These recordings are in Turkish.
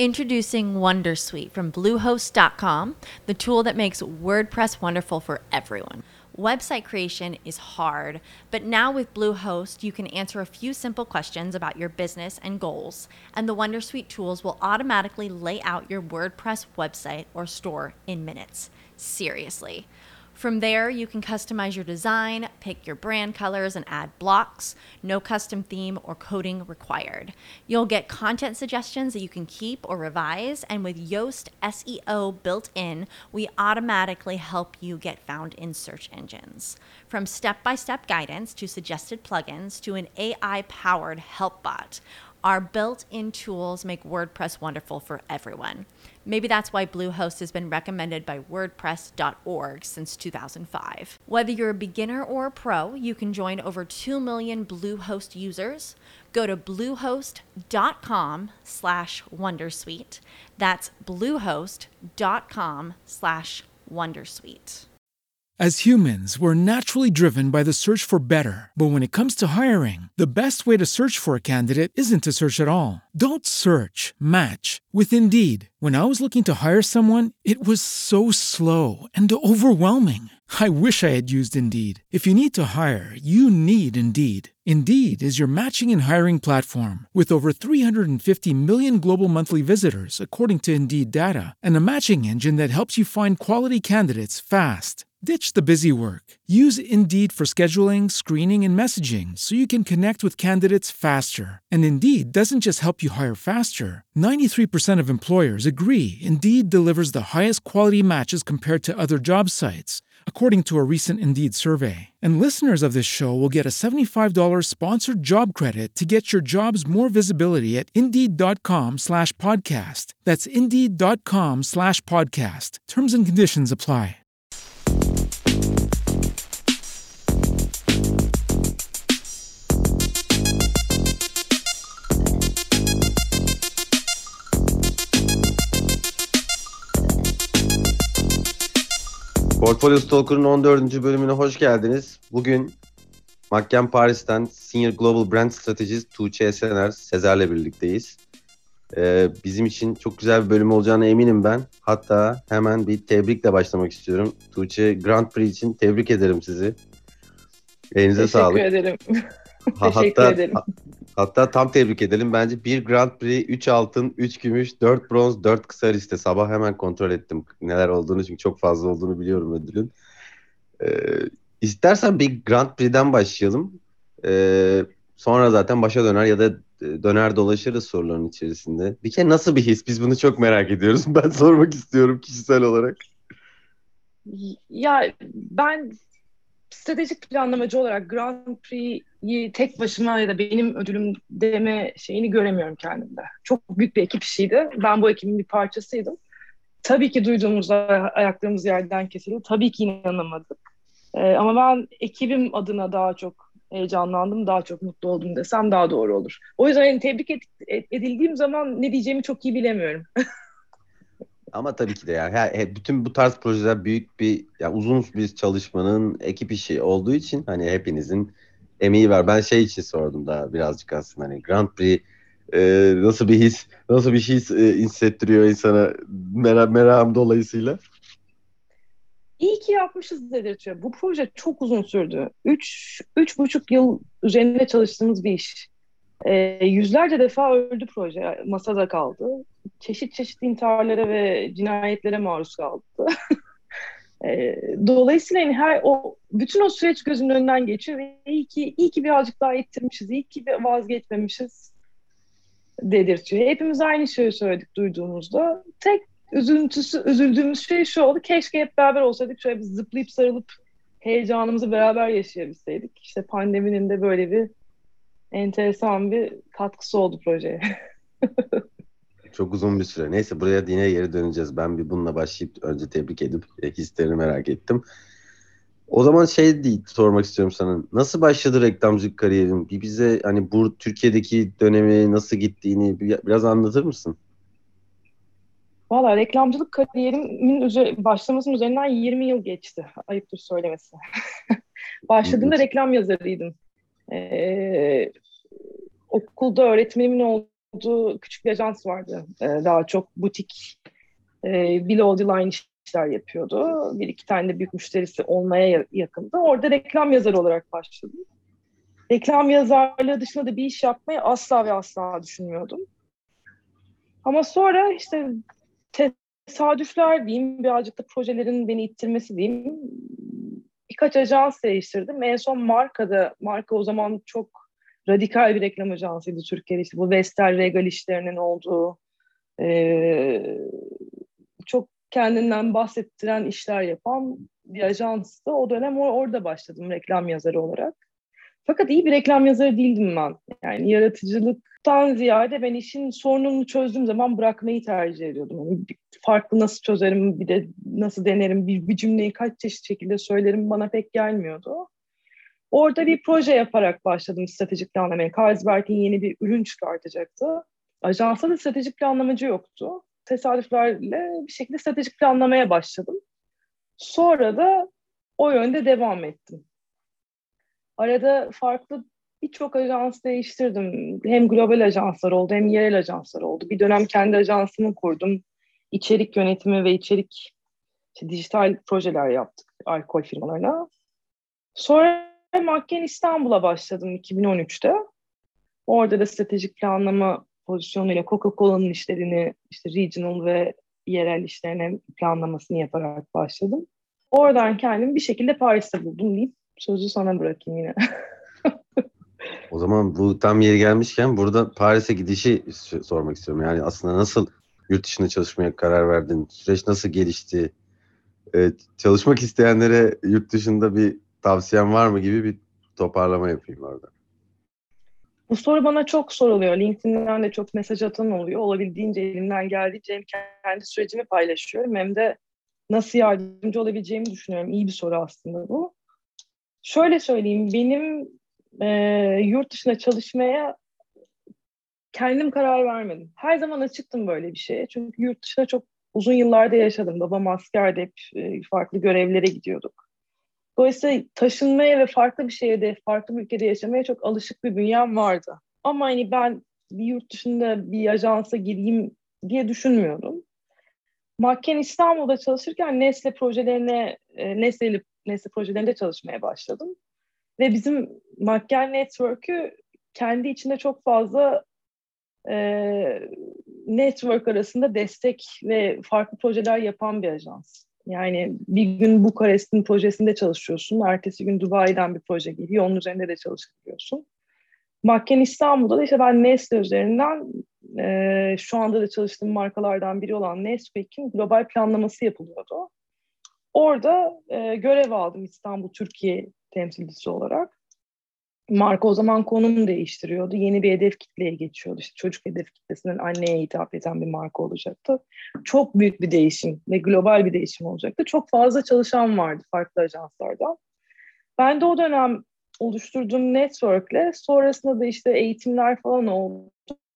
Introducing Wondersuite from Bluehost.com, the tool that makes WordPress wonderful for everyone. Website creation is hard, but now with Bluehost, you can answer a few simple questions about your business and goals, and the Wondersuite tools will automatically lay out your WordPress website or store in minutes. Seriously. From there, you can customize your design, pick your brand colors, and add blocks. No custom theme or coding required. You'll get content suggestions that you can keep or revise, and with Yoast SEO built in, we automatically help you get found in search engines. From step-by-step guidance to suggested plugins to an AI-powered help bot, our built-in tools make WordPress wonderful for everyone. Maybe that's why Bluehost has been recommended by WordPress.org since 2005. Whether you're a beginner or a pro, you can join over 2 million Bluehost users. Go to bluehost.com/wondersuite. That's bluehost.com/wondersuite. As humans, we're naturally driven by the search for better. But when it comes to hiring, the best way to search for a candidate isn't to search at all. Don't search, match with Indeed. When I was looking to hire someone, it was so slow and overwhelming. I wish I had used Indeed. If you need to hire, you need Indeed. Indeed is your matching and hiring platform with over 350 million global monthly visitors, according to Indeed data, and a matching engine that helps you find quality candidates fast. Ditch the busy work. Use Indeed for scheduling, screening, and messaging so you can connect with candidates faster. And Indeed doesn't just help you hire faster. 93% of employers agree Indeed delivers the highest quality matches compared to other job sites, according to a recent Indeed survey. And listeners of this show will get a $75 sponsored job credit to get your jobs more visibility at Indeed.com/podcast. That's Indeed.com/podcast. Terms and conditions apply. Portfolio Stalker'ın 14. bölümüne hoş geldiniz. Bugün McCann Paris'ten Senior Global Brand Strategist Tuğçe Esener, Sezer'le birlikteyiz. Bizim için çok güzel bir bölüm olacağına eminim ben. Hatta hemen bir tebrikle başlamak istiyorum. Tuğçe, Grand Prix için tebrik ederim sizi. Elinize sağlık. Teşekkür ederim. Teşekkür ederim. Hatta tam tebrik edelim. Bence 1 Grand Prix, 3 altın, 3 gümüş, 4 bronz, 4 kısa liste. Sabah hemen kontrol ettim neler olduğunu, çünkü çok fazla olduğunu biliyorum ödülün. İstersen bir Grand Prix'den başlayalım. Sonra zaten başa döner ya da döner dolaşırız soruların içerisinde. Bir kere nasıl bir his? Biz bunu çok merak ediyoruz. Ben sormak istiyorum kişisel olarak. Ya ben stratejik planlamacı olarak Grand Prix'yi tek başıma ya da benim ödülüm deme şeyini göremiyorum kendimde. Çok büyük bir ekip işiydi. Ben bu ekibin bir parçasıydım. Tabii ki duyduğumuzda ayaklarımız yerden kesildi. Tabii ki inanamadık. Ama ben ekibim adına daha çok heyecanlandım, daha çok mutlu oldum desem daha doğru olur. O yüzden yani tebrik edildiğim zaman ne diyeceğimi çok iyi bilemiyorum. Ama tabii ki de yani bütün bu tarz projeler büyük bir, yani uzun bir çalışmanın ekip işi olduğu için hani hepinizin emeği var. Ben şey için sordum daha birazcık aslında, hani Grand Prix nasıl bir his, nasıl bir şey hissettiriyor insana, merakım dolayısıyla. İyi ki yapmışız dedirtiyor. Bu proje çok uzun sürdü. 3,5 yıl üzerinde çalıştığımız bir iş. Yüzlerce defa öldü proje. Masada kaldı. Çeşit intiharlara ve cinayetlere maruz kaldı. Dolayısıyla yani bütün o süreç gözümün önünden geçiyor ve iyi ki birazcık daha ittirmişiz. İyi ki vazgeçmemişiz dedirtiyor. Hepimiz aynı şeyi söyledik duyduğumuzda. Tek üzüldüğümüz şey şu oldu. Keşke hep beraber olsaydık. Şöyle bir zıplayıp sarılıp heyecanımızı beraber yaşayabilseydik. İşte pandeminin de böyle bir enteresan bir katkısı oldu projeye. Çok uzun bir süre. Neyse, buraya yine geri döneceğiz. Ben bir bununla başlayıp önce tebrik edip hislerini merak ettim. O zaman sormak istiyorum sana. Nasıl başladı reklamcılık kariyerin? Bir bize hani bu Türkiye'deki dönemi nasıl gittiğini biraz anlatır mısın? Valla reklamcılık kariyerimin başlamasının üzerinden 20 yıl geçti. Ayıptır söylemesi. Başladığımda reklam yazarıydım. Okulda öğretmenimin olduğu küçük bir ajans vardı. Daha çok butik, below the line işler yapıyordu. Bir iki tane de büyük müşterisi olmaya yakındı. Orada reklam yazarı olarak başladım. Reklam yazarlığı dışında da bir iş yapmayı asla ve asla düşünmüyordum. Ama sonra işte tesadüfler diyeyim, birazcık da projelerin beni ittirmesi diyeyim. Birkaç ajans değiştirdim. En son marka o zaman çok radikal bir reklam ajansıydı Türkiye'de. İşte bu Vestel Regal işlerinin olduğu, çok kendinden bahsettiren işler yapan bir ajanstı. O dönem orada başladım reklam yazarı olarak. Fakat iyi bir reklam yazarı değildim ben. Yani yaratıcılıktan ziyade ben işin sorununu çözdüğüm zaman bırakmayı tercih ediyordum. Yani farklı nasıl çözerim, bir de nasıl denerim, bir cümleyi kaç çeşit şekilde söylerim bana pek gelmiyordu. Orada bir proje yaparak başladım stratejik planlamaya. Carlsberg'in yeni bir ürün çıkartacaktı. Ajansta da stratejik planlamacı yoktu. Tesadüflerle bir şekilde stratejik planlamaya başladım. Sonra da o yönde devam ettim. Arada farklı birçok ajans değiştirdim. Hem global ajanslar oldu hem yerel ajanslar oldu. Bir dönem kendi ajansımı kurdum. İçerik yönetimi ve işte dijital projeler yaptık alkol firmalarına. Sonra Makken İstanbul'a başladım 2013'te. Orada da stratejik planlama pozisyonuyla Coca-Cola'nın işlerini, işte regional ve yerel işlerine planlamasını yaparak başladım. Oradan kendimi bir şekilde Paris'te buldum diyeyim. Sözü sana bırakayım yine. O zaman bu tam yeri gelmişken burada Paris'e gidişi sormak istiyorum. Yani aslında nasıl yurt dışında çalışmaya karar verdin? Süreç nasıl gelişti? Çalışmak isteyenlere yurt dışında bir tavsiyen var mı gibi bir toparlama yapayım orada. Bu soru bana çok soruluyor. LinkedIn'den de çok mesaj atan oluyor. Olabildiğince elimden geldiğince hem kendi sürecimi paylaşıyorum hem de nasıl yardımcı olabileceğimi düşünüyorum. İyi bir soru aslında bu. Şöyle söyleyeyim, benim yurt dışına çalışmaya kendim karar vermedim. Her zaman açıktım böyle bir şeye. Çünkü yurt dışına çok uzun yıllarda yaşadım. Babam askerdi, hep farklı görevlere gidiyorduk. Dolayısıyla taşınmaya ve farklı bir şehirde, farklı bir ülkede yaşamaya çok alışık bir bünyem vardı. Ama hani ben bir yurt dışında bir ajansa gireyim diye düşünmüyordum. Makken İstanbul'da çalışırken Nestle projelerinde çalışmaya başladım. Ve bizim Makken Network'ü kendi içinde çok fazla network arasında destek ve farklı projeler yapan bir ajans. Yani bir gün Bukarest'in projesinde çalışıyorsun, ertesi gün Dubai'den bir proje geliyor, onun üzerinde de çalışabiliyorsun. Makken İstanbul'da da işte ben Nestle üzerinden şu anda da çalıştığım markalardan biri olan Nesquik'in global planlaması yapılıyordu. Orada görev aldım İstanbul Türkiye temsilcisi olarak. Marka o zaman konum değiştiriyordu. Yeni bir hedef kitleye geçiyordu. İşte çocuk hedef kitlesinden anneye hitap eden bir marka olacaktı. Çok büyük bir değişim ve global bir değişim olacaktı. Çok fazla çalışan vardı farklı ajanslardan. Ben de o dönem oluşturduğum network'le sonrasında da işte eğitimler falan oldu.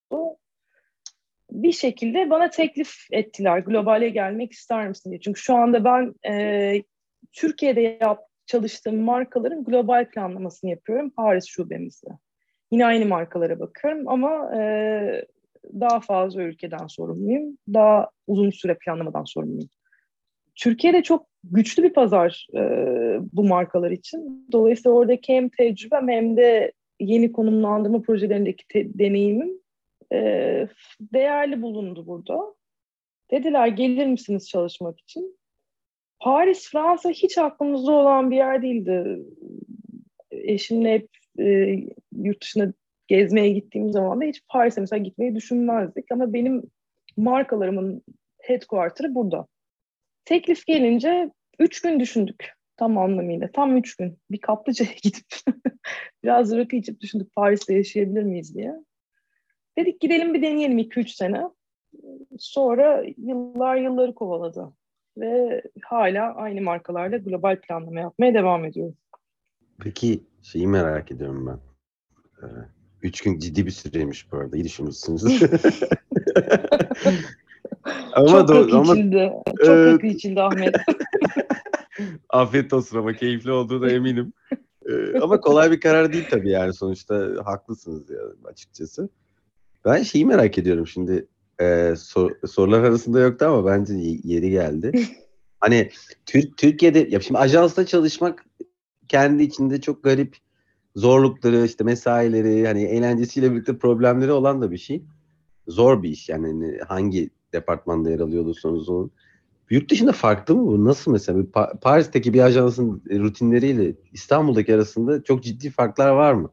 Bir şekilde bana teklif ettiler. Globale gelmek ister misin diye. Çünkü şu anda ben Türkiye'de çalıştığım markaların global planlamasını yapıyorum Paris şubemizde. Yine aynı markalara bakıyorum ama daha fazla ülkeden sorumluyum. Daha uzun süre planlamadan sorumluyum. Türkiye'de çok güçlü bir pazar bu markalar için. Dolayısıyla oradaki hem tecrübem hem de yeni konumlandırma projelerindeki deneyimim değerli bulundu burada. Dediler gelir misiniz çalışmak için? Paris, Fransa hiç aklımızda olan bir yer değildi. Eşimle hep yurt dışına gezmeye gittiğim zaman da hiç Paris'e mesela gitmeyi düşünmezdik. Ama benim markalarımın headquarter'ı burada. Teklif gelince 3 gün düşündük tam anlamıyla. Tam 3 gün. Bir kaplıcaya gidip biraz rakı içip düşündük Paris'te yaşayabilir miyiz diye. Dedik gidelim bir deneyelim 2-3 sene. Sonra yılları kovaladı. Ve hala aynı markalarla global planlama yapmaya devam ediyorum. Peki şeyi merak ediyorum ben. 3 gün ciddi bir süreymiş bu arada. İyi düşünmüşsünüz. Çok rakı içildi. Çok rakı içildi Ahmet. Afiyet olsun ama keyifli olduğuna eminim. Ama kolay bir karar değil tabii yani sonuçta haklısınız ya açıkçası. Ben şeyi merak ediyorum şimdi. Sorular arasında yoktu ama bence yeri geldi. Hani Türkiye'de ya şimdi ajansta çalışmak kendi içinde çok garip zorlukları, işte mesaileri, hani eğlencesiyle birlikte problemleri olan da bir şey. Zor bir iş yani, hani hangi departmanda yer alıyor olursanız olun. Yurt dışında farklı mı bu? Nasıl mesela Paris'teki bir ajansın rutinleriyle İstanbul'daki arasında çok ciddi farklar var mı?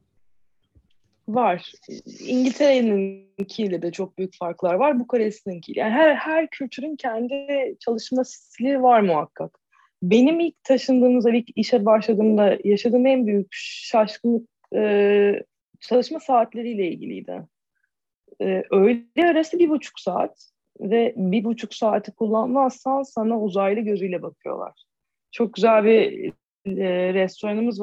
Var. İngiltere'ninkiyle de çok büyük farklar var. Bukarest'inkiyle. Yani her kültürün kendi çalışma stili var muhakkak. Benim ilk taşındığımızda, ilk işe başladığımda yaşadığım en büyük şaşkınlık çalışma saatleriyle ilgiliydi. Öğle arası 1,5 saat ve 1,5 saati kullanmazsan sana uzaylı gözüyle bakıyorlar. Çok güzel bir restoranımız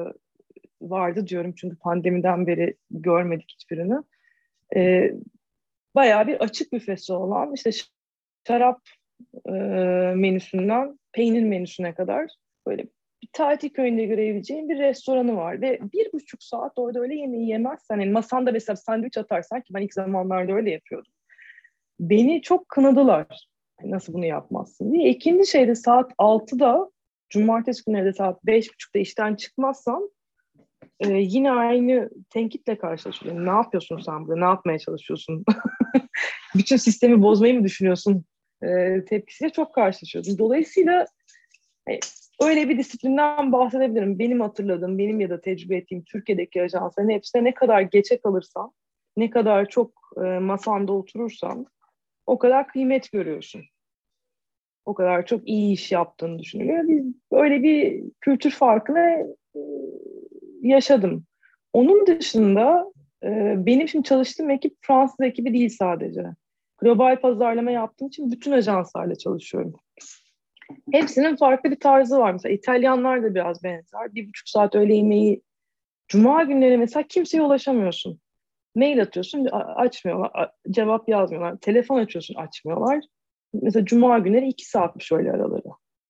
vardı diyorum çünkü pandemiden beri görmedik hiçbirini. E, Bayağı bir açık büfesi olan işte şarap e, menüsünden peynir menüsüne kadar böyle bir tatil köyünde görebileceğin bir restoranı var ve 1,5 saat orada öyle yemeği yemezsen, yani masanda mesela sandviç atarsan, ki ben ilk zamanlarda öyle yapıyordum. Beni çok kınadılar. Nasıl bunu yapmazsın diye. İkinci şeyde saat 6'da, cumartesi günleri de saat 5.30'da işten çıkmazsam yine aynı tenkitle karşılaşıyorum. Ne yapıyorsun sen burada? Ne yapmaya çalışıyorsun? Bütün sistemi bozmayı mı düşünüyorsun? Tepkisiyle çok karşılaşıyordum. Dolayısıyla e, öyle bir disiplinden bahsedebilirim. Benim hatırladığım, benim ya da tecrübe ettiğim Türkiye'deki ajansların hepsine ne kadar geçe kalırsan, ne kadar çok masanda oturursan o kadar kıymet görüyorsun. O kadar çok iyi iş yaptığını düşünülüyor. Biz böyle bir kültür farkını e, yaşadım. Onun dışında benim şimdi çalıştığım ekip Fransız ekibi değil sadece. Global pazarlama yaptığım için bütün ajanslarla çalışıyorum. Hepsinin farklı bir tarzı var. Mesela İtalyanlar da biraz benzer. 1,5 saat öğle yemeği. Cuma günleri mesela kimseye ulaşamıyorsun. Mail atıyorsun, açmıyorlar. Cevap yazmıyorlar. Telefon açıyorsun, açmıyorlar. Mesela Cuma günleri 2 saatmiş öyle araları.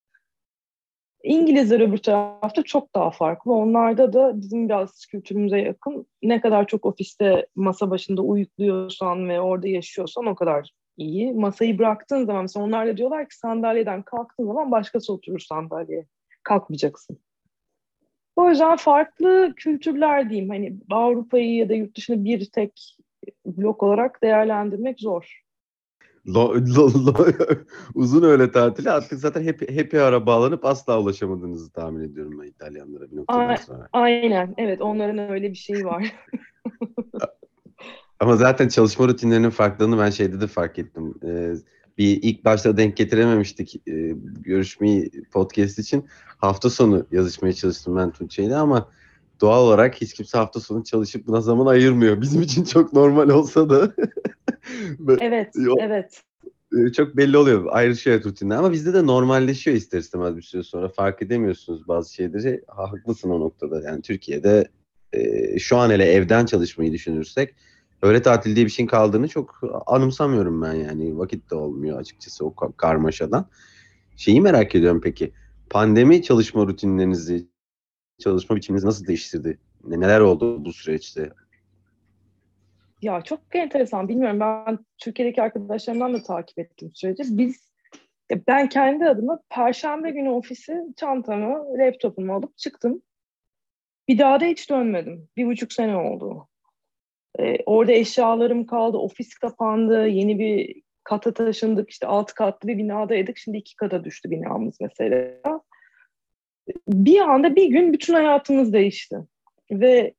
İngilizler öbür tarafta çok daha farklı. Onlarda da bizim biraz kültürümüze yakın. Ne kadar çok ofiste masa başında uyukluyorsan ve orada yaşıyorsan o kadar iyi. Masayı bıraktığın zaman mesela onlar da diyorlar ki sandalyeden kalktığın zaman başkası oturur sandalyeye. Kalkmayacaksın. O yüzden farklı kültürler diyeyim. Hani Avrupa'yı ya da yurt dışını bir tek blok olarak değerlendirmek zor. Uzun öğle tatili artık zaten happy hour'a bağlanıp asla ulaşamadığınızı tahmin ediyorum ben İtalyanlara bir noktadan sonra. Aynen. Evet, onların öyle bir şeyi var. Ama zaten çalışma rutinlerinin farklılığını ben şeyde de fark ettim. Bir ilk başta denk getirememiştik görüşmeyi podcast için. Hafta sonu yazışmaya çalıştım ben Tuğçe'yle ama doğal olarak hiç kimse hafta sonu çalışıp buna zaman ayırmıyor. Bizim için çok normal olsa da Evet, evet. çok belli oluyor ayrışıyor rutinde ama bizde de normalleşiyor ister istemez bir süre sonra fark edemiyorsunuz bazı şeyleri. Haklısın o noktada, yani Türkiye'de şu an hele evden çalışmayı düşünürsek öğle tatil diye bir şeyin kaldığını çok anımsamıyorum ben, yani vakit de olmuyor açıkçası o karmaşadan. Şeyi merak ediyorum peki, pandemi çalışma rutinlerinizi, çalışma biçiminizi nasıl değiştirdi? Neler oldu bu süreçte? Ya çok enteresan. Bilmiyorum, ben Türkiye'deki arkadaşlarımdan da takip ettim süreci. Ben kendi adıma Perşembe günü ofisi çantamı, laptopumu alıp çıktım. Bir daha da hiç dönmedim. 1,5 sene oldu. Orada eşyalarım kaldı, ofis kapandı, yeni bir kata taşındık. İşte 6 katlı bir binadaydık. Şimdi 2 kata düştü binamız mesela. Bir anda bir gün bütün hayatımız değişti. Ve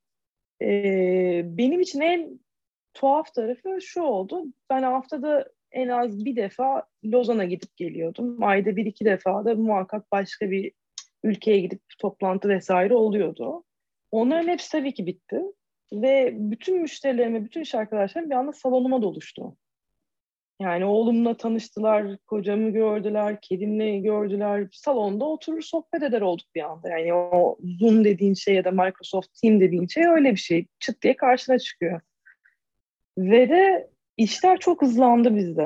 benim için en tuhaf tarafı şu oldu. Ben haftada en az bir defa Lozan'a gidip geliyordum. Ayda bir iki defa da muhakkak başka bir ülkeye gidip toplantı vesaire oluyordu. Onların hepsi tabii ki bitti. Ve bütün müşterilerim ve bütün iş arkadaşlarım bir anda salonuma doluştu. Yani oğlumla tanıştılar, kocamı gördüler, kedimle gördüler. Salonda oturur sohbet eder olduk bir anda. Yani o Zoom dediğin şey ya da Microsoft Team dediğin şey öyle bir şey. Çıt diye karşına çıkıyor. Ve de işler çok hızlandı bizde.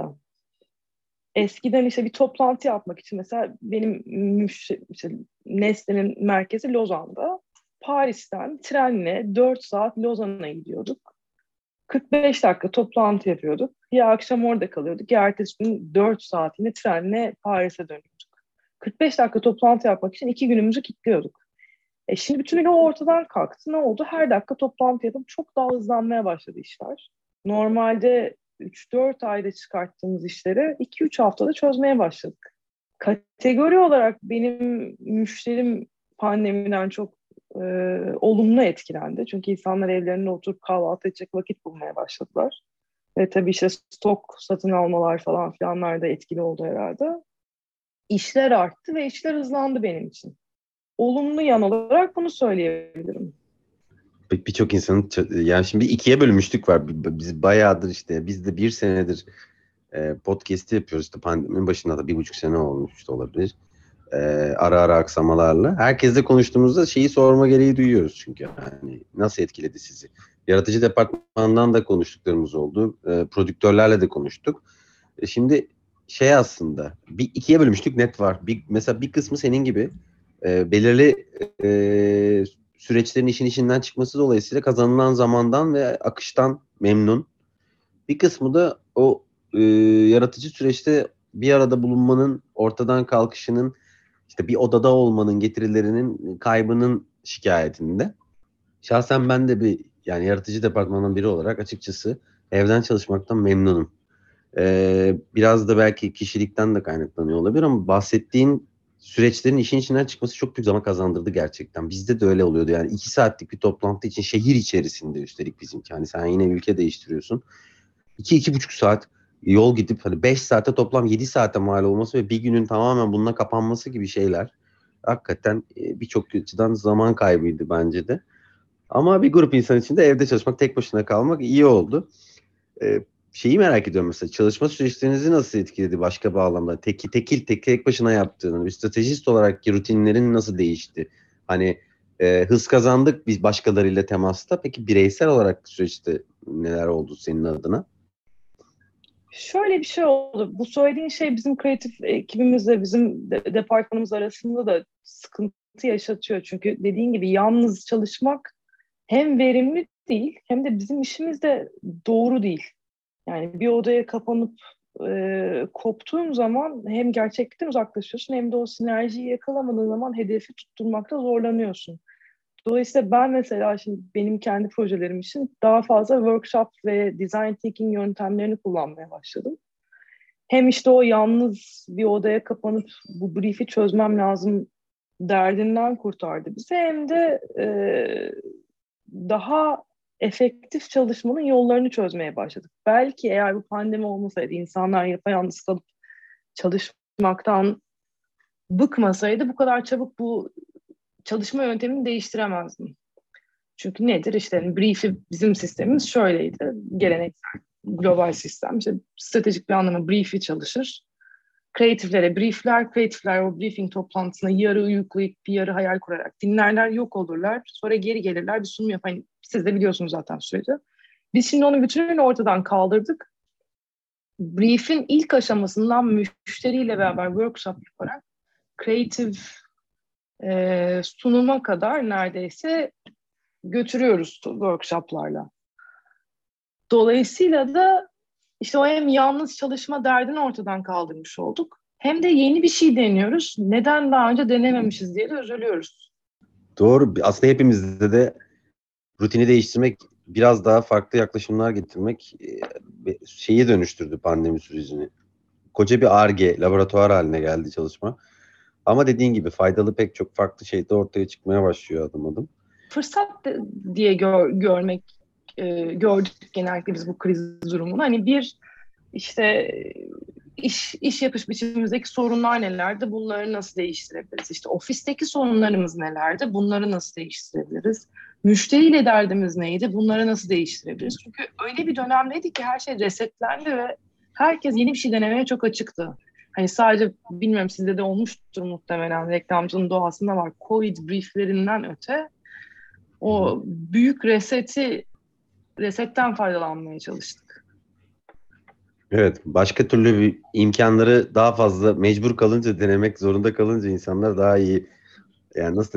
Eskiden işte bir toplantı yapmak için mesela benim işte Nestle'nin merkezi Lozan'da. Paris'ten trenle 4 saat Lozan'a gidiyorduk. 45 dakika toplantı yapıyorduk. Ya akşam orada kalıyorduk ya ertesi gün 4 saat yine trenle Paris'e dönüyorduk. 45 dakika toplantı yapmak için 2 günümüzü kilitliyorduk. Şimdi bütün o ortadan kalktı. Ne oldu? Her dakika toplantı yapıp çok daha hızlanmaya başladı işler. Normalde 3-4 ayda çıkarttığımız işleri 2-3 haftada çözmeye başladık. Kategori olarak benim müşterim pandemiden çok olumlu etkilendi. Çünkü insanlar evlerinde oturup kahvaltı edecek vakit bulmaya başladılar. Ve tabii işte stok satın almalar falan filanlar da etkili oldu herhalde. İşler arttı ve işler hızlandı benim için. Olumlu yan olarak bunu söyleyebilirim. Birçok insanın yani şimdi ikiye bölünmüşlük var. Biz bayağıdır işte biz de bir senedir podcast'i yapıyoruz. İşte pandeminin başında da 1,5 sene olmuş da olabilir. Ara ara aksamalarla. Herkesle konuştuğumuzda şeyi sorma gereği duyuyoruz çünkü. Yani nasıl etkiledi sizi? Yaratıcı departmandan da konuştuklarımız oldu. Prodüktörlerle de konuştuk. Şimdi aslında ikiye bölünmüşlük net var. Mesela bir kısmı senin gibi belirli süreçlerin işin içinden çıkması dolayısıyla kazanılan zamandan ve akıştan memnun. Bir kısmı da o yaratıcı süreçte bir arada bulunmanın, ortadan kalkışının, işte bir odada olmanın getirilerinin kaybının şikayetinde. Şahsen ben de yani yaratıcı departmanından biri olarak açıkçası evden çalışmaktan memnunum. Biraz da belki kişilikten de kaynaklanıyor olabilir ama bahsettiğin süreçlerin işin içinden çıkması çok büyük zaman kazandırdı gerçekten. Bizde de öyle oluyordu. Yani 2 saatlik bir toplantı için şehir içerisinde üstelik bizimki. Hani sen yine ülke değiştiriyorsun. 2-2,5 saat yol gidip hani 5 saate toplam 7 saate mal olması ve bir günün tamamen bununla kapanması gibi şeyler hakikaten birçok açıdan zaman kaybıydı bence de. Ama bir grup insan için de evde çalışmak, tek başına kalmak iyi oldu. Şeyi merak ediyorum mesela, çalışma süreçlerinizi nasıl etkiledi başka bağlamda? Tek başına yaptığını, bir stratejist olarak ki rutinlerin nasıl değişti? Hani hız kazandık biz başkalarıyla temasta. Peki bireysel olarak süreçte neler oldu senin adına? Şöyle bir şey oldu. Bu söylediğin şey bizim kreatif ekibimizle bizim departmanımız arasında da sıkıntı yaşatıyor. Çünkü dediğin gibi yalnız çalışmak hem verimli değil hem de bizim işimiz de doğru değil. Yani bir odaya kapanıp koptuğun zaman hem gerçekten uzaklaşıyorsun hem de o sinerjiyi yakalamadığın zaman hedefi tutturmakta zorlanıyorsun. Dolayısıyla ben mesela şimdi benim kendi projelerim için daha fazla workshop ve design thinking yöntemlerini kullanmaya başladım. Hem işte o yalnız bir odaya kapanıp bu brief'i çözmem lazım derdinden kurtardı bizi hem de daha efektif çalışmanın yollarını çözmeye başladık. Belki eğer bu pandemi olmasaydı, insanlar yapayalnız kalıp çalışmaktan bıkmasaydı bu kadar çabuk bu çalışma yöntemini değiştiremezdim. Çünkü nedir? İşte yani brief'i bizim sistemimiz şöyleydi. Geleneksel global sistem. İşte stratejik bir anlamda brief'i çalışır. Kreatifler o briefing toplantısına yarı uyuklayıp bir yarı hayal kurarak dinlerler, yok olurlar. Sonra geri gelirler, bir sunum yapar. Siz de biliyorsunuz zaten süreci. Biz şimdi onun bütününü ortadan kaldırdık. Brief'in ilk aşamasından müşteriyle beraber workshop yaparak kreatif sunuma kadar neredeyse götürüyoruz workshoplarla. Dolayısıyla da işte o hem yalnız çalışma derdini ortadan kaldırmış olduk. Hem de yeni bir şey deniyoruz. Neden daha önce denememişiz diye de üzülüyoruz. Doğru. Aslında hepimizde de rutini değiştirmek, biraz daha farklı yaklaşımlar getirmek şeyi dönüştürdü pandemi sürecini. Koca bir Ar-Ge, laboratuvar haline geldi çalışma. Ama dediğin gibi faydalı pek çok farklı şey de ortaya çıkmaya başlıyor adım adım. Fırsat diye gördük genellikle biz bu kriz durumunu. Hani bir işte iş yapış biçimimizdeki sorunlar nelerdi? Bunları nasıl değiştirebiliriz? İşte ofisteki sorunlarımız nelerdi? Bunları nasıl değiştirebiliriz? Müşteriyle derdimiz neydi? Bunları nasıl değiştirebiliriz? Çünkü öyle bir dönemdeydi ki her şey resetlendi ve herkes yeni bir şey denemeye çok açıktı. Hani sadece bilmiyorum sizde de olmuştur muhtemelen, reklamcının doğasında var. Covid brieflerinden öte o büyük resetten faydalanmaya çalıştık. Evet, başka türlü bir imkanları daha fazla mecbur kalınca, denemek zorunda kalınca insanlar daha iyi, yani nasıl desem,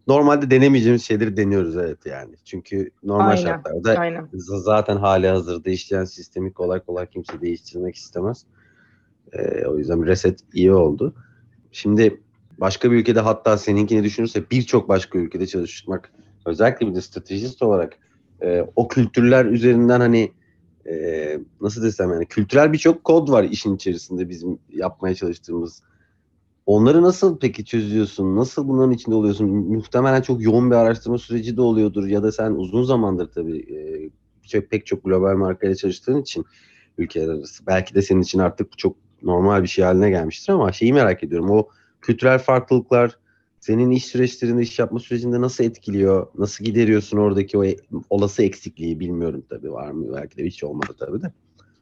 Normalde denemeyeceğimiz şeyleri deniyoruz, evet yani. Çünkü normal Aynen, şartlarda aynen. zaten hali hazırda işleyen sistemi kolay kolay kimse değiştirmek istemez. O yüzden reset iyi oldu. Şimdi başka bir ülkede, hatta seninkini düşünürse birçok başka ülkede çalışmak, özellikle bir de stratejist olarak o kültürler üzerinden hani nasıl desem, yani kültürel birçok kod var işin içerisinde bizim yapmaya çalıştığımız. Onları nasıl peki çözüyorsun? Nasıl bunların içinde oluyorsun? Muhtemelen çok yoğun bir araştırma süreci de oluyordur ya da sen uzun zamandır tabii pek çok global markayla çalıştığın için ülkeler arası. Belki de senin için artık bu çok normal bir şey haline gelmiştir ama şeyi merak ediyorum. O kültürel farklılıklar senin iş süreçlerinde, iş yapma sürecinde nasıl etkiliyor? Nasıl gideriyorsun oradaki o olası eksikliği, bilmiyorum tabii, var mı? Belki de hiç olmadı tabii de.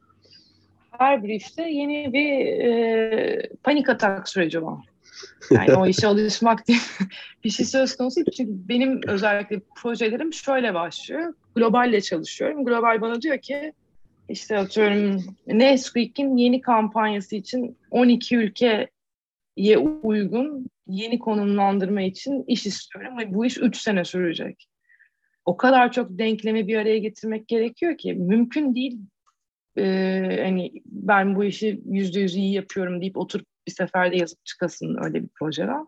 Her bir işte yeni bir panik atak süreci var. Yani o işe alışmak diye bir şey söz konusu değil. Çünkü benim özellikle projelerim şöyle başlıyor. Globalle çalışıyorum. Global bana diyor ki işte atıyorum Nesquik'in yeni kampanyası için 12 ülkeye uygun yeni konumlandırma için iş istiyorum ve bu iş 3 sene sürecek. O kadar çok denklemi bir araya getirmek gerekiyor ki mümkün değil. Hani ben bu işi %100 iyi yapıyorum deyip oturup bir seferde yazıp çıkasın öyle bir projeler.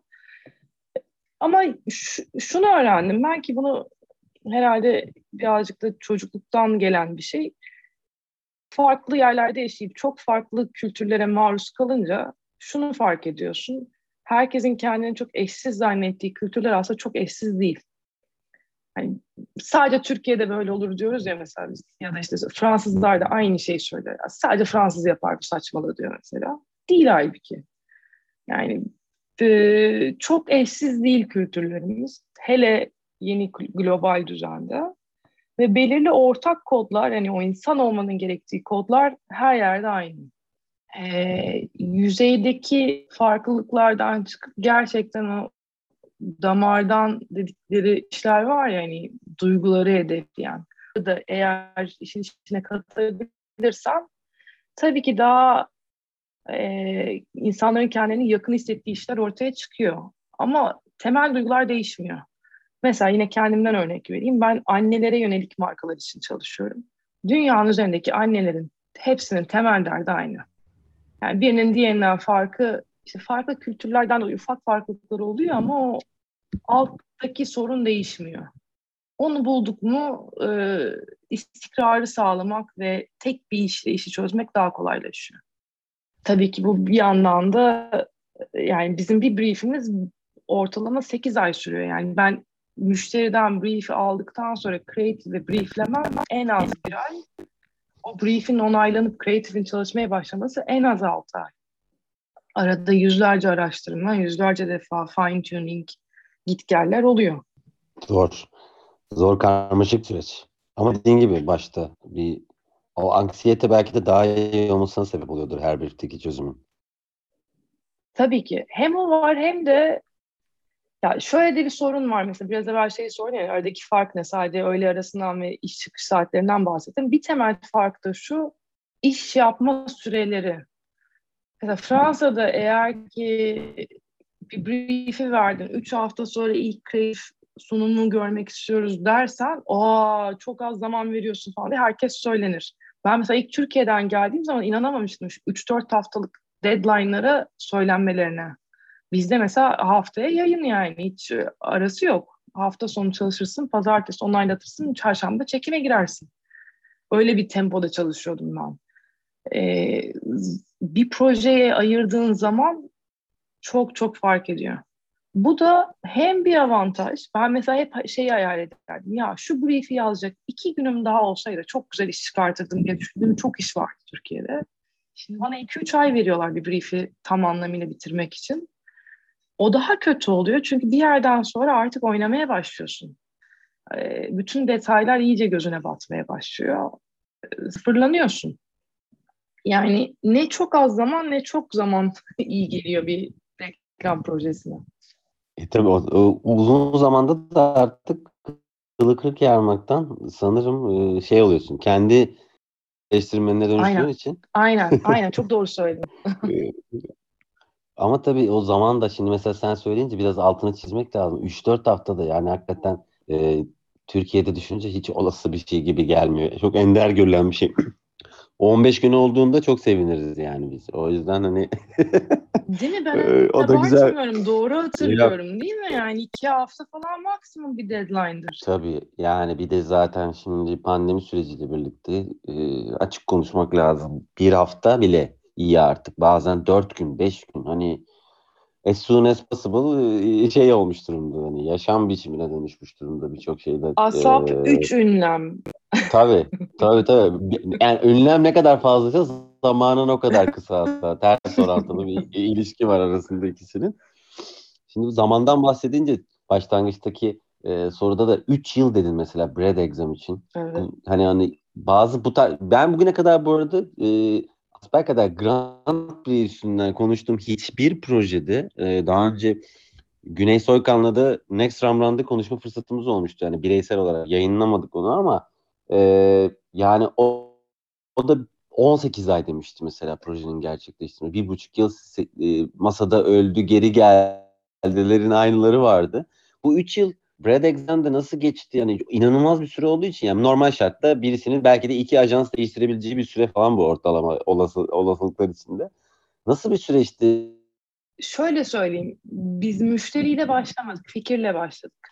Ama şunu öğrendim ben ki bunu herhalde birazcık da çocukluktan gelen bir şey. Farklı yerlerde yaşayıp çok farklı kültürlere maruz kalınca şunu fark ediyorsun. Herkesin kendini çok eşsiz zannettiği kültürler aslında çok eşsiz değil. Yani sadece Türkiye'de böyle olur diyoruz ya mesela biz. Ya da işte Fransızlar da aynı şeyi söyler. Sadece Fransız yapar bu saçmalığı diyor mesela. Değil halbuki. Yani çok eşsiz değil kültürlerimiz. Hele yeni global düzende. Ve belirli ortak kodlar, yani o insan olmanın gerektiği kodlar her yerde aynı. Yüzeydeki farklılıklardan çıkıp gerçekten o damardan dedikleri işler var ya, hani duyguları hedefleyen. Ya da eğer işin içine katılabilirsen tabii ki daha insanların kendilerini yakın hissettiği işler ortaya çıkıyor. Ama temel duygular değişmiyor. Mesela yine kendimden örnek vereyim. Ben annelere yönelik markalar için çalışıyorum. Dünyanın üzerindeki annelerin hepsinin temel derdi aynı. Yani birinin diğerinden farkı, işte farklı kültürlerden dolayı ufak farklılıkları oluyor ama o alttaki sorun değişmiyor. Onu bulduk mu istikrarı sağlamak ve tek bir işle işi çözmek daha kolaylaşıyor. Tabii ki bu bir yandan da yani bizim bir briefimiz ortalama 8 ay sürüyor. Yani ben müşteriden brief'i aldıktan sonra creative'e brieflemem en az bir ay. O brief'in onaylanıp creative'in çalışmaya başlaması en az 6 ay. Arada yüzlerce araştırma, yüzlerce defa fine tuning gitgeller oluyor. Zor. Zor, karmaşık süreç. Ama dediğin gibi başta o anksiyete belki de daha iyi olmasına sebep oluyordur her bir tiki çözümün. Tabii ki hem o var hem de ya şöyle de bir sorun var, mesela biraz evvel şeyi sordum ya, aradaki fark ne, sadece öğle arasından ve iş çıkış saatlerinden bahsettim. Bir temel fark da şu: iş yapma süreleri. Mesela Fransa'da eğer ki bir brief'i verdin, 3 hafta sonra ilk brief sunumunu görmek istiyoruz dersen, aa çok az zaman veriyorsun falan diye herkes söylenir. Ben mesela ilk Türkiye'den geldiğim zaman inanamamıştım 3-4 haftalık deadline'lara söylenmelerine. Bizde mesela haftaya yayın, yani hiç arası yok. Hafta sonu çalışırsın, pazartesi onaylatırsın, çarşamba çekime girersin. Öyle bir tempoda çalışıyordum ben. Bir projeye ayırdığın zaman çok çok fark ediyor. Bu da hem bir avantaj. Ben mesela hep şeyi hayal ederdim. Ya şu brief'i yazacak 2 günüm daha olsaydı çok güzel iş çıkartırdım diye düşündüğüm çok iş vardı Türkiye'de. Şimdi bana 2-3 ay veriyorlar bir brief'i tam anlamıyla bitirmek için. O daha kötü oluyor çünkü bir yerden sonra artık oynamaya başlıyorsun. Bütün detaylar iyice gözüne batmaya başlıyor. Fırlanıyorsun. Yani ne çok az zaman ne çok zaman iyi geliyor bir reklam projesine. Tabii o uzun zamanda da artık kılı kırk yarmaktan sanırım şey oluyorsun. Kendi eleştirmenine dönüştüğün Aynen. için Aynen. Aynen. Çok doğru söyledin. e, Ama tabii o zaman da şimdi mesela sen söyleyince biraz altını çizmek lazım. 3-4 haftada yani hakikaten Türkiye'de düşününce hiç olası bir şey gibi gelmiyor. Çok ender görülen bir şey. 15 gün olduğunda çok seviniriz yani biz. O yüzden hani Değil mi? Ben o da güzel. abartmıyorum. Doğru Ya, hatırlıyorum değil mi? Yani 2 hafta falan maksimum bir deadline'dır. tabii yani bir de zaten şimdi pandemi süreciyle birlikte açık konuşmak lazım. Bir hafta bile iyi artık. Bazen 4 gün, 5 gün hani as soon as possible şey olmuş durumda. Hani yaşam biçimine dönüşmüş durumda birçok şeyde. ASAP 3 ünlem. Tabii, tabii. Yani önlem ne kadar fazlaysa zamanın o kadar kısa hatta. Ters orantılı bir ilişki var arasında ikisinin. Şimdi bu zamandan bahsedince başlangıçtaki soruda da 3 yıl dedin mesela Bread Exam için. Evet. Hani bazı ben bugüne kadar bu arada kadar Grand Prix üstünden konuştuğum hiçbir projede daha önce Güney Soykan'la da Next Ramran'da konuşma fırsatımız olmuştu. Yani bireysel olarak yayınlamadık onu ama yani o da 18 ay demişti mesela projenin gerçekleştirme. 1,5 yıl masada öldü, geri geldilerin aynıları vardı. Bu 3 yıl Brad Exam'de nasıl geçti? Yani inanılmaz bir süre olduğu için yani normal şartta birisinin belki de 2 ajans değiştirebileceği bir süre falan bu ortalama olasılıklar içinde. Nasıl bir süreçti? Şöyle söyleyeyim. Biz müşteriyle başlamadık. Fikirle başladık.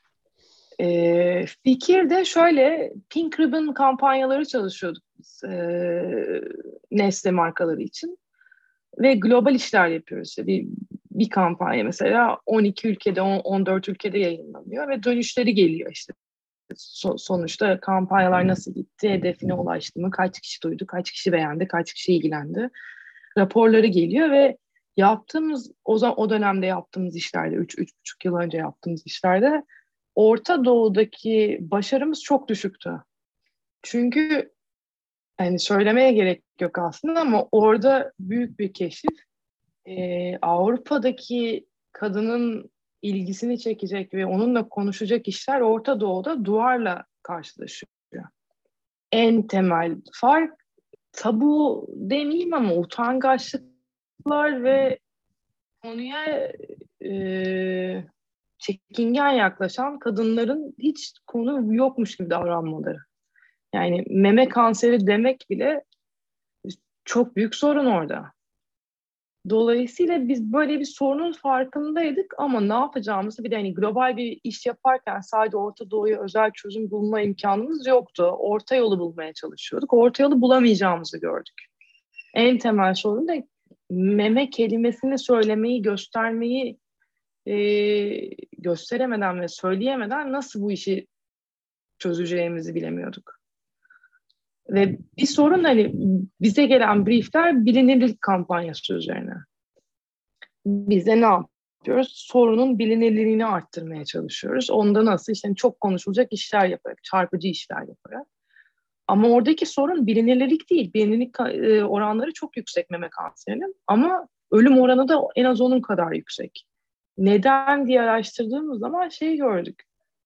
Fikir de şöyle, Pink Ribbon kampanyaları çalışıyorduk biz Nestle markaları için ve global işler yapıyoruz. İşte bir kampanya mesela 12 ülkede 14 ülkede yayınlanıyor ve dönüşleri geliyor işte. Sonuçta kampanyalar nasıl gitti, hedefine ulaştı mı, kaç kişi duydu, kaç kişi beğendi, kaç kişi ilgilendi. Raporları geliyor ve o dönemde yaptığımız işlerde, 3,5 yıl önce yaptığımız işlerde Orta Doğu'daki başarımız çok düşüktü. Çünkü yani söylemeye gerek yok aslında ama orada büyük bir keşif. Avrupa'daki kadının ilgisini çekecek ve onunla konuşacak işler Orta Doğu'da duvarla karşılaşıyor. En temel fark tabu demeyeyim ama utangaçlıklar ve konuya e, çekingen yaklaşan kadınların hiç konu yokmuş gibi davranmaları. Yani meme kanseri demek bile çok büyük sorun orada. Dolayısıyla biz böyle bir sorunun farkındaydık ama ne yapacağımızı bir de hani global bir iş yaparken sadece Orta Doğu'ya özel çözüm bulma imkanımız yoktu. Orta yolu bulmaya çalışıyorduk. Orta yolu bulamayacağımızı gördük. En temel sorun da meme kelimesini söylemeyi, göstermeyi gösteremeden ve söyleyemeden nasıl bu işi çözeceğimizi bilemiyorduk. Ve bir sorun hani bize gelen briefler bilinirlik kampanyası üzerine. Biz de ne yapıyoruz? Sorunun bilinirliğini arttırmaya çalışıyoruz. Onda nasıl? İşte çok konuşulacak işler yaparak, çarpıcı işler yaparak. Ama oradaki sorun bilinirlik değil. Bilinirlik oranları çok yüksek meme kanserinin ama ölüm oranı da en az onun kadar yüksek. Neden diye araştırdığımız zaman şey gördük.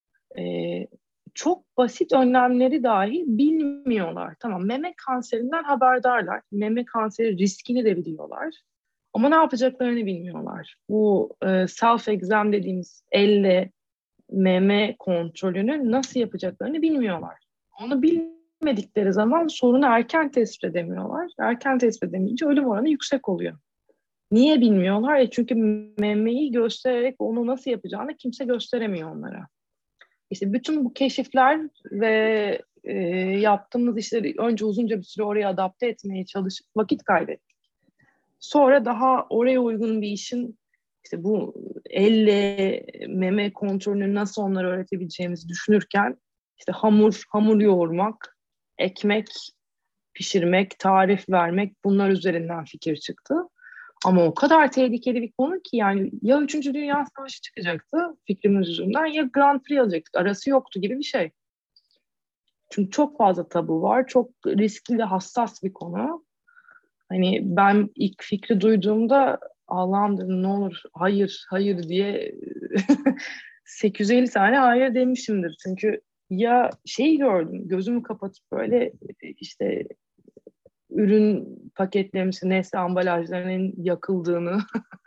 Çok basit önlemleri dahi bilmiyorlar. Tamam, meme kanserinden haberdarlar. Meme kanseri riskini de biliyorlar. Ama ne yapacaklarını bilmiyorlar. Bu self-exam dediğimiz elle meme kontrolünü nasıl yapacaklarını bilmiyorlar. Onu bilmedikleri zaman sorunu erken tespit edemiyorlar. Erken tespit edemeyince ölüm oranı yüksek oluyor. Niye bilmiyorlar? Çünkü memeyi göstererek onu nasıl yapacağını kimse gösteremiyor onlara. İşte bütün bu keşifler ve yaptığımız işleri önce uzunca bir süre oraya adapte etmeye çalışıp vakit kaybettik. Sonra daha oraya uygun bir işin işte bu elle meme kontrolünü nasıl onlara öğretebileceğimizi düşünürken işte hamur yoğurmak, ekmek pişirmek, tarif vermek bunlar üzerinden fikir çıktı. Ama o kadar tehlikeli bir konu ki yani ya 3. Dünya Savaşı çıkacaktı fikrimiz yüzünden ya Grand Prix alacaktık. Arası yoktu gibi bir şey. Çünkü çok fazla tabu var. Çok riskli ve hassas bir konu. Hani ben ilk fikri duyduğumda Allah'ım dedim ne olur hayır hayır diye 850 tane hayır demişimdir. Çünkü ya şeyi gördüm gözümü kapatıp böyle işte ürün paketlerimsi Nestle ambalajlarının yakıldığını,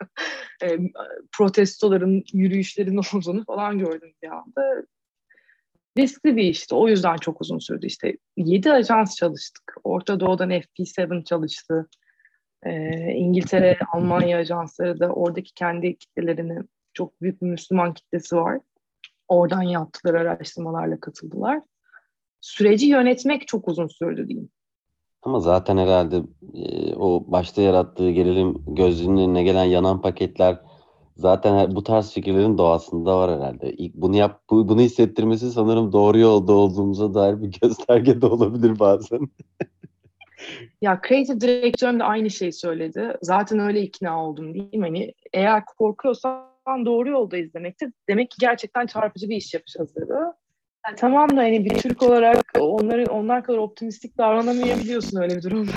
protestoların, yürüyüşlerin olduğunu falan gördüm bir anda. Riskli bir işti. O yüzden çok uzun sürdü. İşte 7 ajans çalıştık. Orta Doğu'dan FP7 çalıştı. İngiltere, Almanya ajansları da oradaki kendi kitlelerini, çok büyük bir Müslüman kitlesi var. Oradan yaptıkları araştırmalarla katıldılar. Süreci yönetmek çok uzun sürdü diyeyim. Ama zaten herhalde o başta yarattığı gerilim, gözünün önüne gelen yanan paketler zaten bu tarz fikirlerin doğasında var herhalde. İlk bunu hissettirmesi sanırım doğru yolda olduğumuza dair bir gösterge de olabilir bazen. Ya kreatif direktörüm de aynı şeyi söyledi. Zaten öyle ikna oldum diyeyim. Hani eğer korkuyorsan doğru yoldayız demektir. Demek ki gerçekten çarpıcı bir iş yapacağız dedi. Yani tamam da hani bir Türk olarak onlar kadar optimistik davranamayabiliyorsun öyle bir durumda.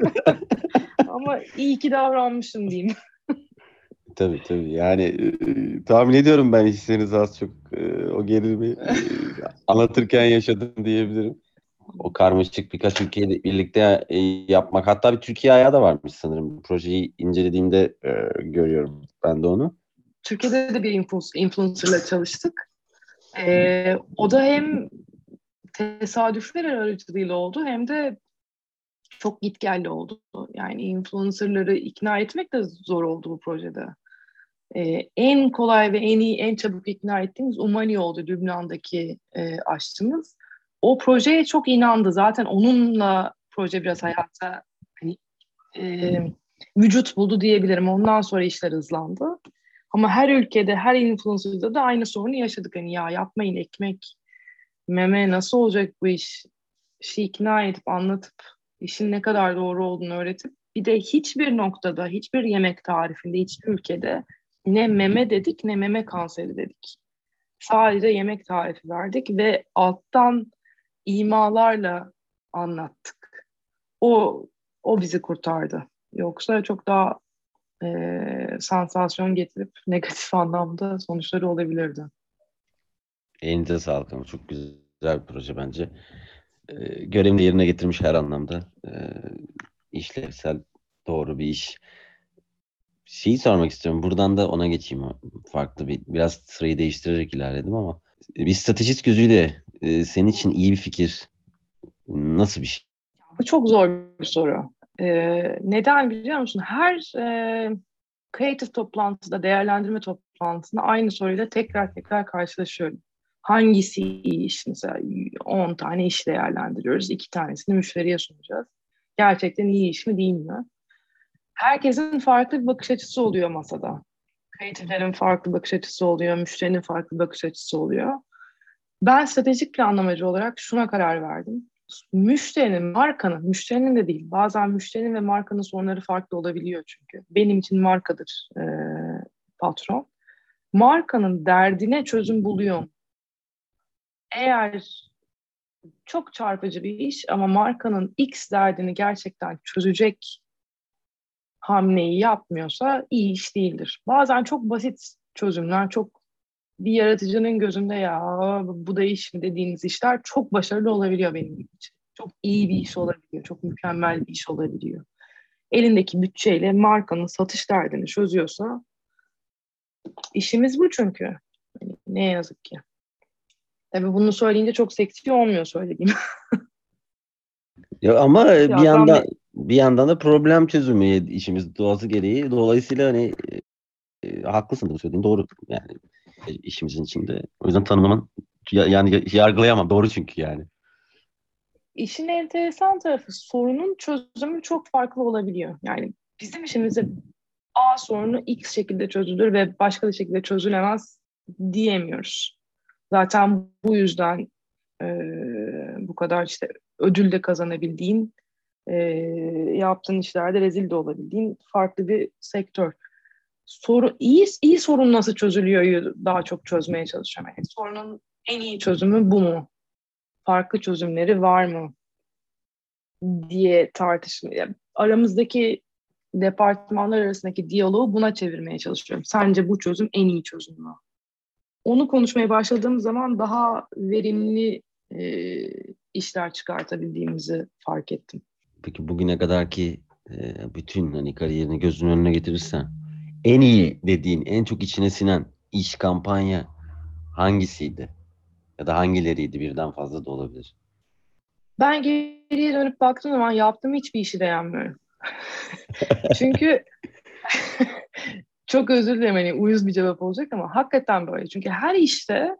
Ama iyi ki davranmışım diyeyim. Tabii tabii. Yani tahmin ediyorum ben hislerinizi az çok o gerilimi anlatırken yaşadım diyebilirim. O karmaşık birkaç ülkeyle birlikte yapmak. Hatta bir Türkiye ayağı da varmış sanırım. Bu projeyi incelediğimde görüyorum ben de onu. Türkiye'de de bir influencer'la çalıştık. O da hem tesadüfler aracılığıyla oldu hem de çok gitgelli oldu. Yani influencer'ları ikna etmek de zor oldu bu projede. En kolay ve en iyi, en çabuk ikna ettiğimiz Umani oldu, Lübnan'daki aşçımız. O projeye çok inandı. Zaten onunla proje biraz hayata hani, vücut buldu diyebilirim. Ondan sonra işler hızlandı. Ama her ülkede, her influencer'da da aynı sorunu yaşadık. Hani ya yapmayın ekmek, meme nasıl olacak bu iş? İşi ikna edip, anlatıp, işin ne kadar doğru olduğunu öğretip bir de hiçbir noktada, hiçbir yemek tarifinde, hiçbir ülkede ne meme dedik ne meme kanseri dedik. Sadece yemek tarifi verdik ve alttan imalarla anlattık. O bizi kurtardı. Yoksa çok daha sansasyon getirip negatif anlamda sonuçları olabilirdi. Elinize sağlık ama çok güzel bir proje bence. Görevini de yerine getirmiş her anlamda. İşlevsel, doğru bir iş. Şeyi sormak istiyorum. Buradan da ona geçeyim. Farklı biraz sırayı değiştirerek ilerledim ama bir stratejist gözüyle senin için iyi bir fikir nasıl bir şey? Bu çok zor bir soru. Neden biliyor musun? Her kreatif toplantıda, değerlendirme toplantısında aynı soruyla tekrar tekrar karşılaşıyorum. Hangisi iyi iş? Mesela 10 tane iş değerlendiriyoruz. 2 tanesini müşteriye sunacağız. Gerçekten iyi iş mi değil mi? Herkesin farklı bir bakış açısı oluyor masada. Kreatiflerin farklı bakış açısı oluyor, müşterinin farklı bakış açısı oluyor. Ben stratejik planlamacı olarak şuna karar verdim. Müşterinin de değil. Bazen müşterinin ve markanın sorunları farklı olabiliyor çünkü. Benim için markadır patron. Markanın derdine çözüm buluyor. Eğer çok çarpıcı bir iş ama markanın X derdini gerçekten çözecek hamleyi yapmıyorsa iyi iş değildir. Bazen çok basit çözümler, çok bir yaratıcının gözünde ya bu da iş mi dediğiniz işler çok başarılı olabiliyor benim için. Çok iyi bir iş olabiliyor, çok mükemmel bir iş olabiliyor. Elindeki bütçeyle markanın satış derdini çözüyorsa işimiz bu çünkü. Yani ne yazık ki. Tabii bunu söyleyince çok seksi olmuyor söylediğim. Ya ama Ya ben bir yandan da problem çözümü işimiz doğası gereği. Dolayısıyla hani haklısın bu söylediğin doğru yani işimizin içinde. O yüzden tanımlaman yani yargılayamam. Doğru çünkü yani. işin enteresan tarafı sorunun çözümü çok farklı olabiliyor. Yani bizim işimizde A sorunu X şekilde çözülür ve başka bir şekilde çözülemez diyemiyoruz. Zaten bu yüzden bu kadar işte ödül de kazanabildiğin, yaptığın işlerde rezil de olabildiğin farklı bir sektör. İyi sorun nasıl çözülüyor daha çok çözmeye çalışıyorum. Yani sorunun en iyi çözümü bu mu? Farklı çözümleri var mı? Diye tartışmaya. Aramızdaki departmanlar arasındaki diyaloğu buna çevirmeye çalışıyorum. Sence bu çözüm en iyi çözüm mü? Onu konuşmaya başladığım zaman daha verimli işler çıkartabildiğimizi fark ettim. Peki bugüne kadarki bütün hani kariyerini gözünün önüne getirirsen en iyi dediğin, en çok içine sinen iş, kampanya hangisiydi? Ya da hangileriydi, birden fazla da olabilir. Ben geriye dönüp baktığım zaman yaptığım hiçbir işi beğenmiyorum. Çünkü çok özür dilerim, hani uyuz bir cevap olacak ama hakikaten böyle. Çünkü her işte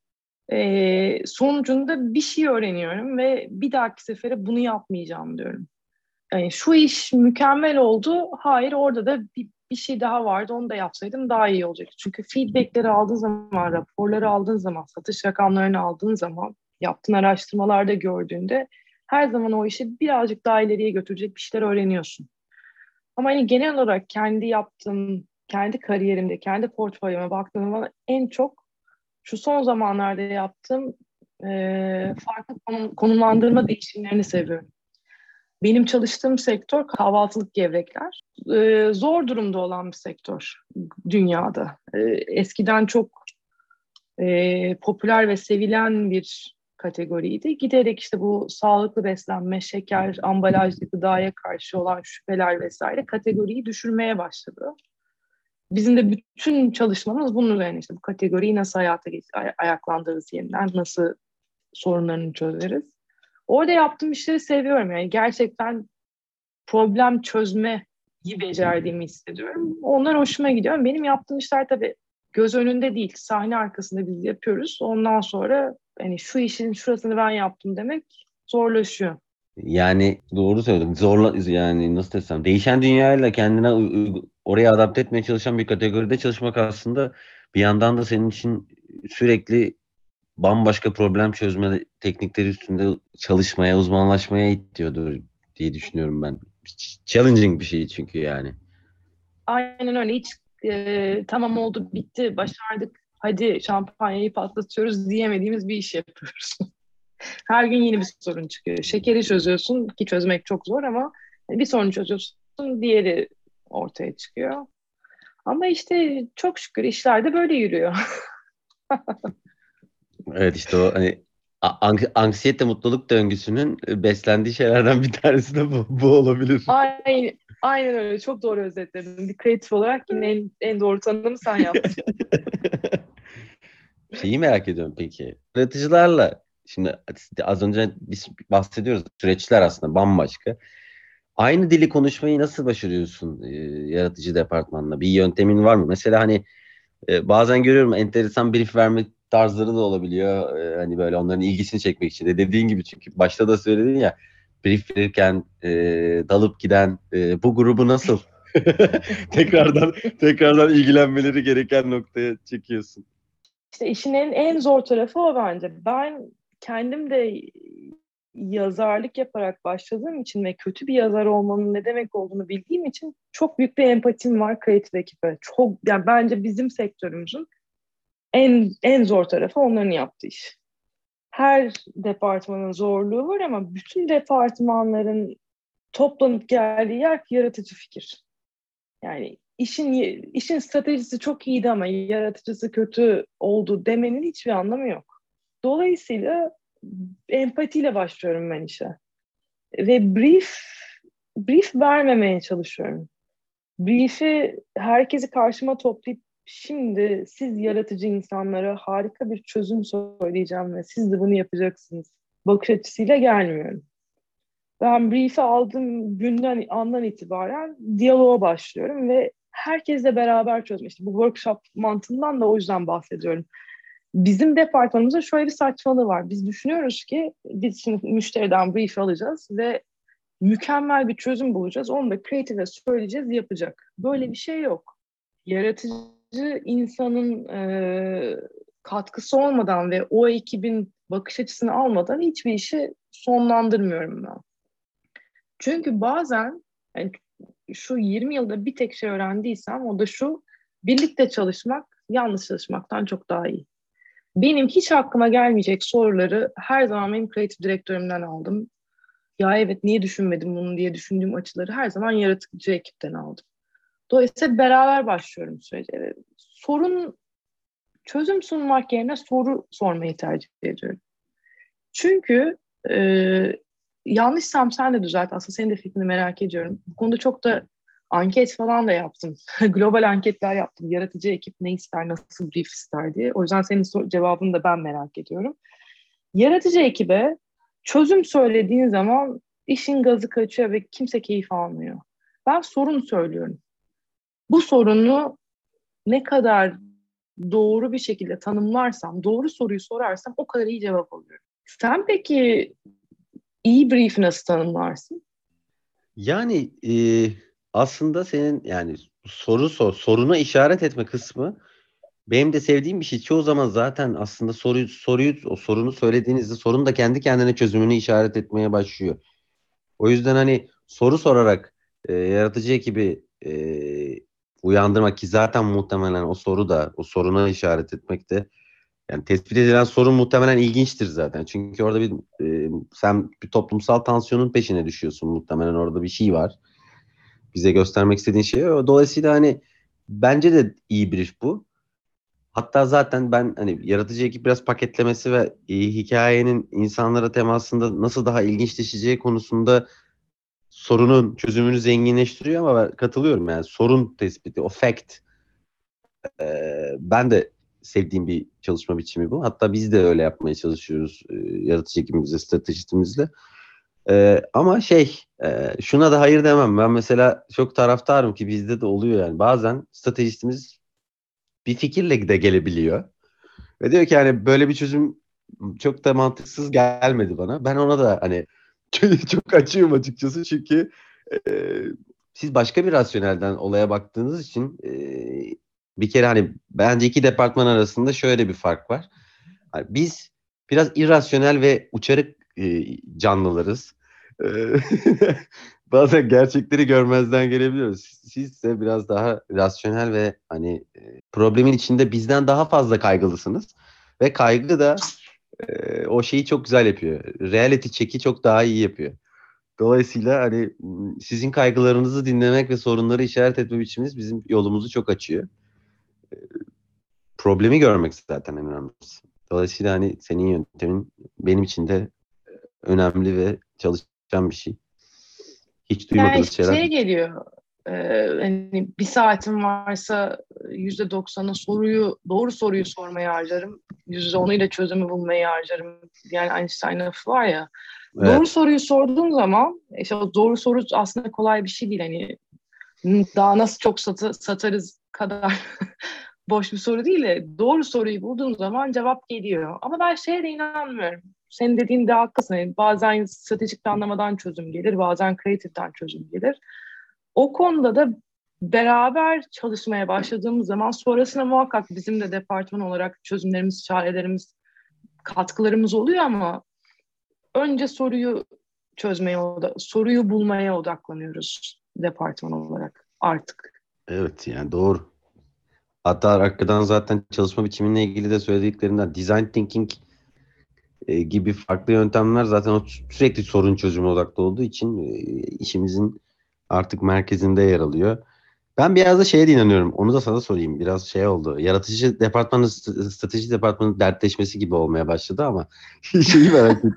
sonucunda bir şey öğreniyorum ve bir dahaki sefere bunu yapmayacağım diyorum. Yani şu iş mükemmel oldu. Hayır, orada da bir şey daha vardı. Onu da yapsaydım daha iyi olacak. Çünkü feedbackleri aldığın zaman, raporları aldığın zaman, satış rakamlarını aldığın zaman, yaptığın araştırmalarda gördüğünde her zaman o işi birazcık daha ileriye götürecek bir şeyler öğreniyorsun. Ama hani genel olarak kendi yaptığım, kendi kariyerimde, kendi portföyüme baktığımda en çok şu son zamanlarda yaptığım farklı konumlandırma değişimlerini seviyorum. Benim çalıştığım sektör kahvaltılık gevrekler. Zor durumda olan bir sektör dünyada. Eskiden çok popüler ve sevilen bir kategoriydi. Giderek işte bu sağlıklı beslenme, şeker, ambalajlı gıdaya karşı olan şüpheler vesaire kategoriyi düşürmeye başladı. Bizim de bütün çalışmamız bunun üzerine, işte bu kategoriyi nasıl ayaklandırırız yeniden, nasıl sorunlarını çözeriz. Orada yaptığım işleri seviyorum, yani gerçekten problem çözmeyi becerdiğimi hissediyorum. Onlar hoşuma gidiyor. Benim yaptığım işler tabii göz önünde değil, sahne arkasında biz yapıyoruz. Ondan sonra hani şu işin şurasını ben yaptım demek zorlaşıyor. Yani doğru söyledim. Zorla yani, nasıl desem, değişen dünyayla kendine oraya adapte etmeye çalışan bir kategoride çalışmak aslında bir yandan da senin için sürekli bambaşka problem çözme teknikleri üstünde çalışmaya, uzmanlaşmaya itiyordur diye düşünüyorum ben. Challenging bir şey çünkü yani. Aynen öyle. Hiç tamam oldu, bitti, başardık, hadi şampanyayı patlatıyoruz diyemediğimiz bir iş yapıyoruz. Her gün yeni bir sorun çıkıyor. Şekeri çözüyorsun ki çözmek çok zor ama bir sorunu çözüyorsun, diğeri ortaya çıkıyor. Ama işte çok şükür işler de böyle yürüyor. Evet, işte o hani anksiyete mutluluk döngüsünün beslendiği şeylerden bir tanesi de bu olabilir. Aynen öyle. Çok doğru özetledin. Bir kreatif olarak yine en doğru tanımı sen yaptın. Şeyi merak ediyorum peki. Yaratıcılarla şimdi az önce biz bahsediyoruz. Süreçler aslında bambaşka. Aynı dili konuşmayı nasıl başarıyorsun yaratıcı departmanla? Bir yöntemin var mı? Mesela hani bazen görüyorum, enteresan brief verme tarzları da olabiliyor. Hani böyle onların ilgisini çekmek için de, dediğin gibi, çünkü başta da söyledin ya, brief verirken dalıp giden bu grubu nasıl tekrardan ilgilenmeleri gereken noktaya çekiyorsun. İşte işin en zor tarafı o bence. Ben kendim de yazarlık yaparak başladığım için ve kötü bir yazar olmanın ne demek olduğunu bildiğim için çok büyük bir empatim var kreatif ekibe. Çok, yani bence bizim sektörümüzün en zor tarafı onların yaptığı iş. Her departmanın zorluğu var ama bütün departmanların toplanıp geldiği yer yaratıcı fikir. Yani işin stratejisi çok iyiydi ama yaratıcısı kötü oldu demenin hiçbir anlamı yok. Dolayısıyla empatiyle başlıyorum ben işe. Ve brief vermemeye çalışıyorum. Brief'i herkesi karşıma toplayıp şimdi siz yaratıcı insanlara harika bir çözüm söyleyeceğim ve siz de bunu yapacaksınız bakış açısıyla gelmiyorum. Ben brief'i aldığım andan itibaren diyaloğa başlıyorum ve herkesle beraber çözmek. İşte bu workshop mantığından da o yüzden bahsediyorum. Bizim departmanımızda şöyle bir saçmalığı var. Biz düşünüyoruz ki biz şimdi müşteriden brief alacağız ve mükemmel bir çözüm bulacağız. Onu da kreatife söyleyeceğiz, yapacak. Böyle bir şey yok. Yaratıcı insanın katkısı olmadan ve o ekibin bakış açısını almadan hiçbir işi sonlandırmıyorum ben. Çünkü bazen yani şu 20 yılda bir tek şey öğrendiysem o da şu: birlikte çalışmak yalnız çalışmaktan çok daha iyi. Benim hiç aklıma gelmeyecek soruları her zaman benim kreatif direktörümden aldım. Ya evet, niye düşünmedim bunu diye düşündüğüm açıları her zaman yaratıcı ekipten aldım. Dolayısıyla beraber başlıyorum sürece. Çözüm sunmak yerine soru sormayı tercih ediyorum. Çünkü yanlışsam sen de düzelt. Aslında senin de fikrini merak ediyorum. Bu konuda çok da anket falan da yaptım. Global anketler yaptım. Yaratıcı ekip ne ister, nasıl brief ister diye. O yüzden senin cevabını da ben merak ediyorum. Yaratıcı ekibe çözüm söylediğin zaman işin gazı kaçıyor ve kimse keyif almıyor. Ben sorun söylüyorum. Bu sorunu ne kadar doğru bir şekilde tanımlarsam, doğru soruyu sorarsam o kadar iyi cevap alıyorum. Sen peki iyi brief'i nasıl tanımlarsın? Yani aslında senin yani soruna işaret etme kısmı benim de sevdiğim bir şey. Çoğu zaman zaten aslında o sorunu söylediğinizde sorun da kendi kendine çözümünü işaret etmeye başlıyor. O yüzden hani soru sorarak yaratıcı ekibi uyandırmak, ki zaten muhtemelen o soruna işaret etmek de, yani tespit edilen sorun muhtemelen ilginçtir zaten. Çünkü orada sen bir toplumsal tansiyonun peşine düşüyorsun, muhtemelen orada bir şey var. Bize göstermek istediğin şey. Dolayısıyla hani bence de iyi bir iş bu. Hatta zaten ben hani yaratıcı ekip biraz paketlemesi ve hikayenin insanlara temasında nasıl daha ilginçleşeceği konusunda sorunun çözümünü zenginleştiriyor, ama ben katılıyorum yani sorun tespiti, o fact, ben de sevdiğim bir çalışma biçimi bu. Hatta biz de öyle yapmaya çalışıyoruz yaratıcı ekibimizle, stratejistimizle. Ama şuna da hayır demem. Ben mesela çok taraftarım ki bizde de oluyor yani. Bazen stratejistimiz bir fikirle de gelebiliyor. Ve diyor ki hani böyle bir çözüm çok da mantıksız gelmedi bana. Ben ona da hani çok açığım açıkçası, çünkü e, siz başka bir rasyonelden olaya baktığınız için bir kere hani bence iki departman arasında şöyle bir fark var. Hani biz biraz irrasyonel ve uçarık canlılarız. E, Bazen gerçekleri görmezden gelebiliyoruz. Siz ise biraz daha rasyonel ve hani problemin içinde bizden daha fazla kaygılısınız. Ve kaygı da o şeyi çok güzel yapıyor. Reality check'i çok daha iyi yapıyor. Dolayısıyla hani sizin kaygılarınızı dinlemek ve sorunları işaret etme biçiminiz bizim yolumuzu çok açıyor. Problemi görmek zaten en önemlisi. Dolayısıyla hani senin yöntemin benim için de önemli ve çalışan bir şey. Hiç Yani duymadığınız şeyler. şey geliyor, e, hani bir saatim varsa %90'ı doğru soruyu sormaya harcarım. %10'uyla çözümü bulmaya harcarım. Yani Einstein lafı var ya. Doğru Evet. soruyu sorduğun zaman işte o doğru soru aslında kolay bir şey değil. Hani daha nasıl çok satarız kadar boş bir soru değil de doğru soruyu bulduğun zaman cevap geliyor. Ama ben şeye de inanmıyorum. Senin dediğin de haklısın. Yani bazen stratejik planlamadan çözüm gelir, bazen kreatiften çözüm gelir. O konuda da beraber çalışmaya başladığımız zaman sonrasında muhakkak bizim de departman olarak çözümlerimiz, çarelerimiz, katkılarımız oluyor ama önce soruyu bulmaya odaklanıyoruz departman olarak artık. Evet, yani doğru. Hatta arkadan zaten çalışma biçiminle ilgili de söylediklerinden design thinking gibi farklı yöntemler zaten sürekli sorun çözümü odaklı olduğu için işimizin artık merkezinde yer alıyor. Ben biraz da şeye de inanıyorum. Onu da sana sorayım. Biraz şey oldu. Yaratıcı departmanı, strateji departmanı dertleşmesi gibi olmaya başladı ama şeyi merak ettim.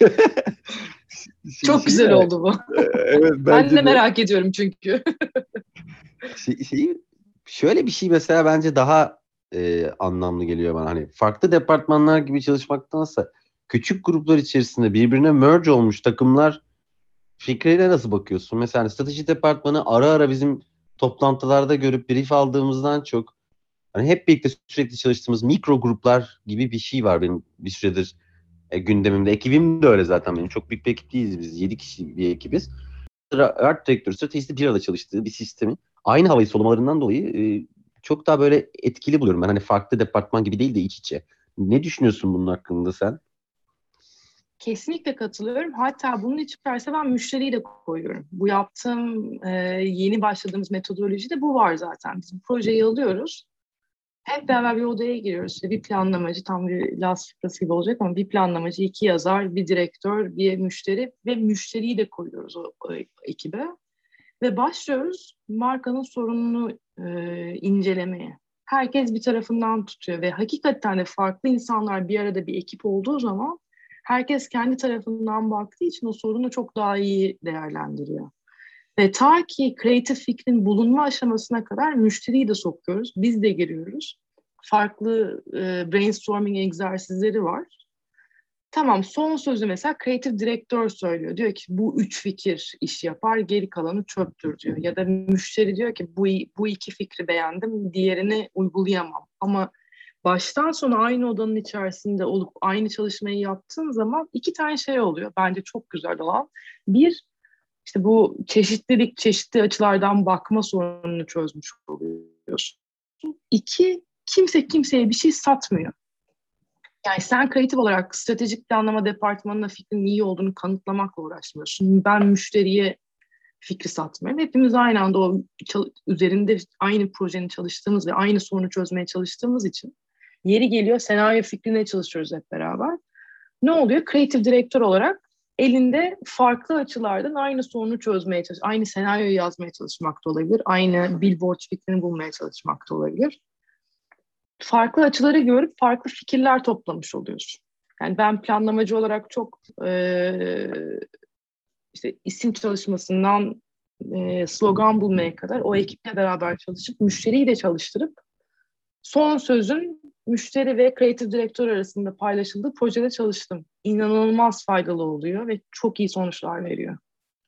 Çok Şeyi güzel merak. oldu bu. Evet, Ben de bence de. merak ediyorum çünkü. Şeyi, şöyle bir şey mesela bence daha anlamlı geliyor bana. Hani farklı departmanlar gibi çalışmaktansa küçük gruplar içerisinde birbirine merge olmuş takımlar fikrine nasıl bakıyorsun? Mesela hani strateji departmanı ara ara bizim toplantılarda görüp brief aldığımızdan çok hani hep birlikte sürekli çalıştığımız mikro gruplar gibi bir şey var benim bir süredir gündemimde. Ekibim de öyle zaten benim. Çok büyük bir ekip değiliz biz. 7 kişi bir ekibiz. Art direktörü, stratejisti bir arada çalıştığı bir sistemin aynı havayı solumalarından dolayı çok daha böyle etkili buluyorum. Ben hani farklı departman gibi değil de iç içe. Ne düşünüyorsun bunun hakkında sen? Kesinlikle katılıyorum. Hatta bunun içerisine ben müşteriyi de koyuyorum. Bu yaptığım yeni başladığımız metodolojide bu var zaten. Biz bu projeyi alıyoruz. Hep beraber bir odaya giriyoruz. İşte bir planlamacı, tam bir Last Fıkrası gibi olacak ama bir planlamacı, iki yazar, bir direktör, bir müşteri ve müşteriyi de koyuyoruz o ekibe. Ve başlıyoruz markanın sorununu incelemeye. Herkes bir tarafından tutuyor ve hakikaten de farklı insanlar bir arada bir ekip olduğu zaman Herkes kendi tarafından baktığı için o sorunu çok daha iyi değerlendiriyor. Ve ta ki kreatif fikrin bulunma aşamasına kadar müşteriyi de sokuyoruz. Biz de giriyoruz. Farklı brainstorming egzersizleri var. Tamam, son sözü mesela kreatif direktör söylüyor. Diyor ki bu 3 fikir iş yapar, geri kalanı çöptür diyor. Ya da müşteri diyor ki bu 2 fikri beğendim, diğerini uygulayamam. Ama baştan sona aynı odanın içerisinde olup aynı çalışmayı yaptığın zaman 2 tane şey oluyor. Bence çok güzel olan. Bir, işte bu çeşitlilik, çeşitli açılardan bakma sorununu çözmüş oluyorsun. 2, kimse kimseye bir şey satmıyor. Yani sen kreatif olarak stratejik planlama departmanına fikrin iyi olduğunu kanıtlamakla uğraşmıyorsun. Ben müşteriye fikri satmıyorum. Hepimiz aynı anda o üzerinde aynı projenin çalıştığımız ve aynı sorunu çözmeye çalıştığımız için yeri geliyor senaryo fikrine çalışıyoruz hep beraber. Ne oluyor? Kreatif direktör olarak elinde farklı açılardan aynı sorunu çözmeye çalışmak, aynı senaryoyu yazmaya çalışmak da olabilir, aynı billboard fikrini bulmaya çalışmak da olabilir. Farklı açıları görüp farklı fikirler toplamış oluyorsun. Yani ben planlamacı olarak çok işte isim çalışmasından slogan bulmaya kadar o ekiple beraber çalışıp müşteriyi de çalıştırıp son sözün müşteri ve kreatif direktör arasında paylaşıldığı projede çalıştım. İnanılmaz faydalı oluyor ve çok iyi sonuçlar veriyor.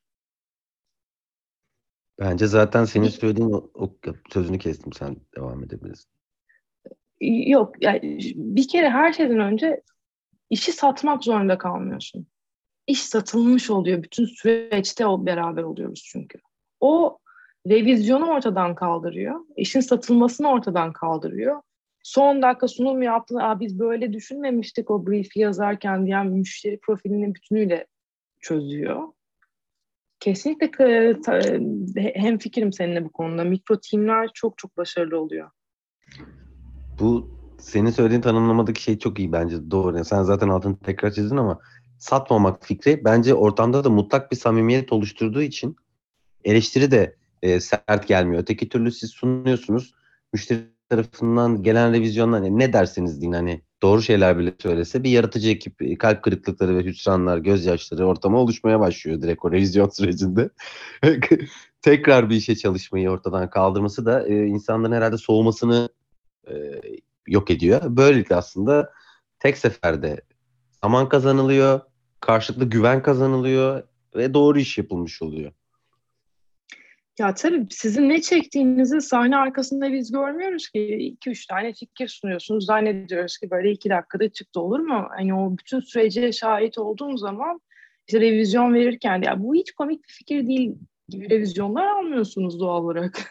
Bence zaten senin söylediğin o sözünü kestim, sen devam edebilirsin. Yok yani bir kere her şeyden önce işi satmak zorunda kalmıyorsun. İş satılmış oluyor. Bütün süreçte o beraber oluyoruz çünkü. O revizyonu ortadan kaldırıyor. İşin satılmasını ortadan kaldırıyor. Son dakika sunum yaptın. Biz böyle düşünmemiştik o brief'i yazarken diyen müşteri profilini bütünüyle çözüyor. Kesinlikle hemfikirim seninle bu konuda. Mikro teamler çok çok başarılı oluyor. Bu senin söylediğin tanımlamadaki şey çok iyi bence, doğru. Yani sen zaten altını tekrar çizdin ama satmamak fikri bence ortamda da mutlak bir samimiyet oluşturduğu için eleştiri de sert gelmiyor. Öteki türlü siz sunuyorsunuz. Müşteri tarafından gelen revizyonlar, yani ne derseniz deyin, hani doğru şeyler bile söylese bir yaratıcı ekip kalp kırıklıkları ve hüsranlar, gözyaşları ortama oluşmaya başlıyor direkt o revizyon sürecinde. Tekrar bir işe çalışmayı ortadan kaldırması da insanların herhalde soğumasını yok ediyor. Böylelikle aslında tek seferde zaman kazanılıyor, karşılıklı güven kazanılıyor ve doğru iş yapılmış oluyor. Ya tabii sizin ne çektiğinizi sahne arkasında biz görmüyoruz ki. 2-3 tane fikir sunuyorsunuz. Zannediyoruz ki böyle 2 dakikada çıktı, olur mu? Hani o bütün sürece şahit olduğum zaman işte revizyon verirken ya bu hiç komik bir fikir değil gibi revizyonlar almıyorsunuz doğal olarak.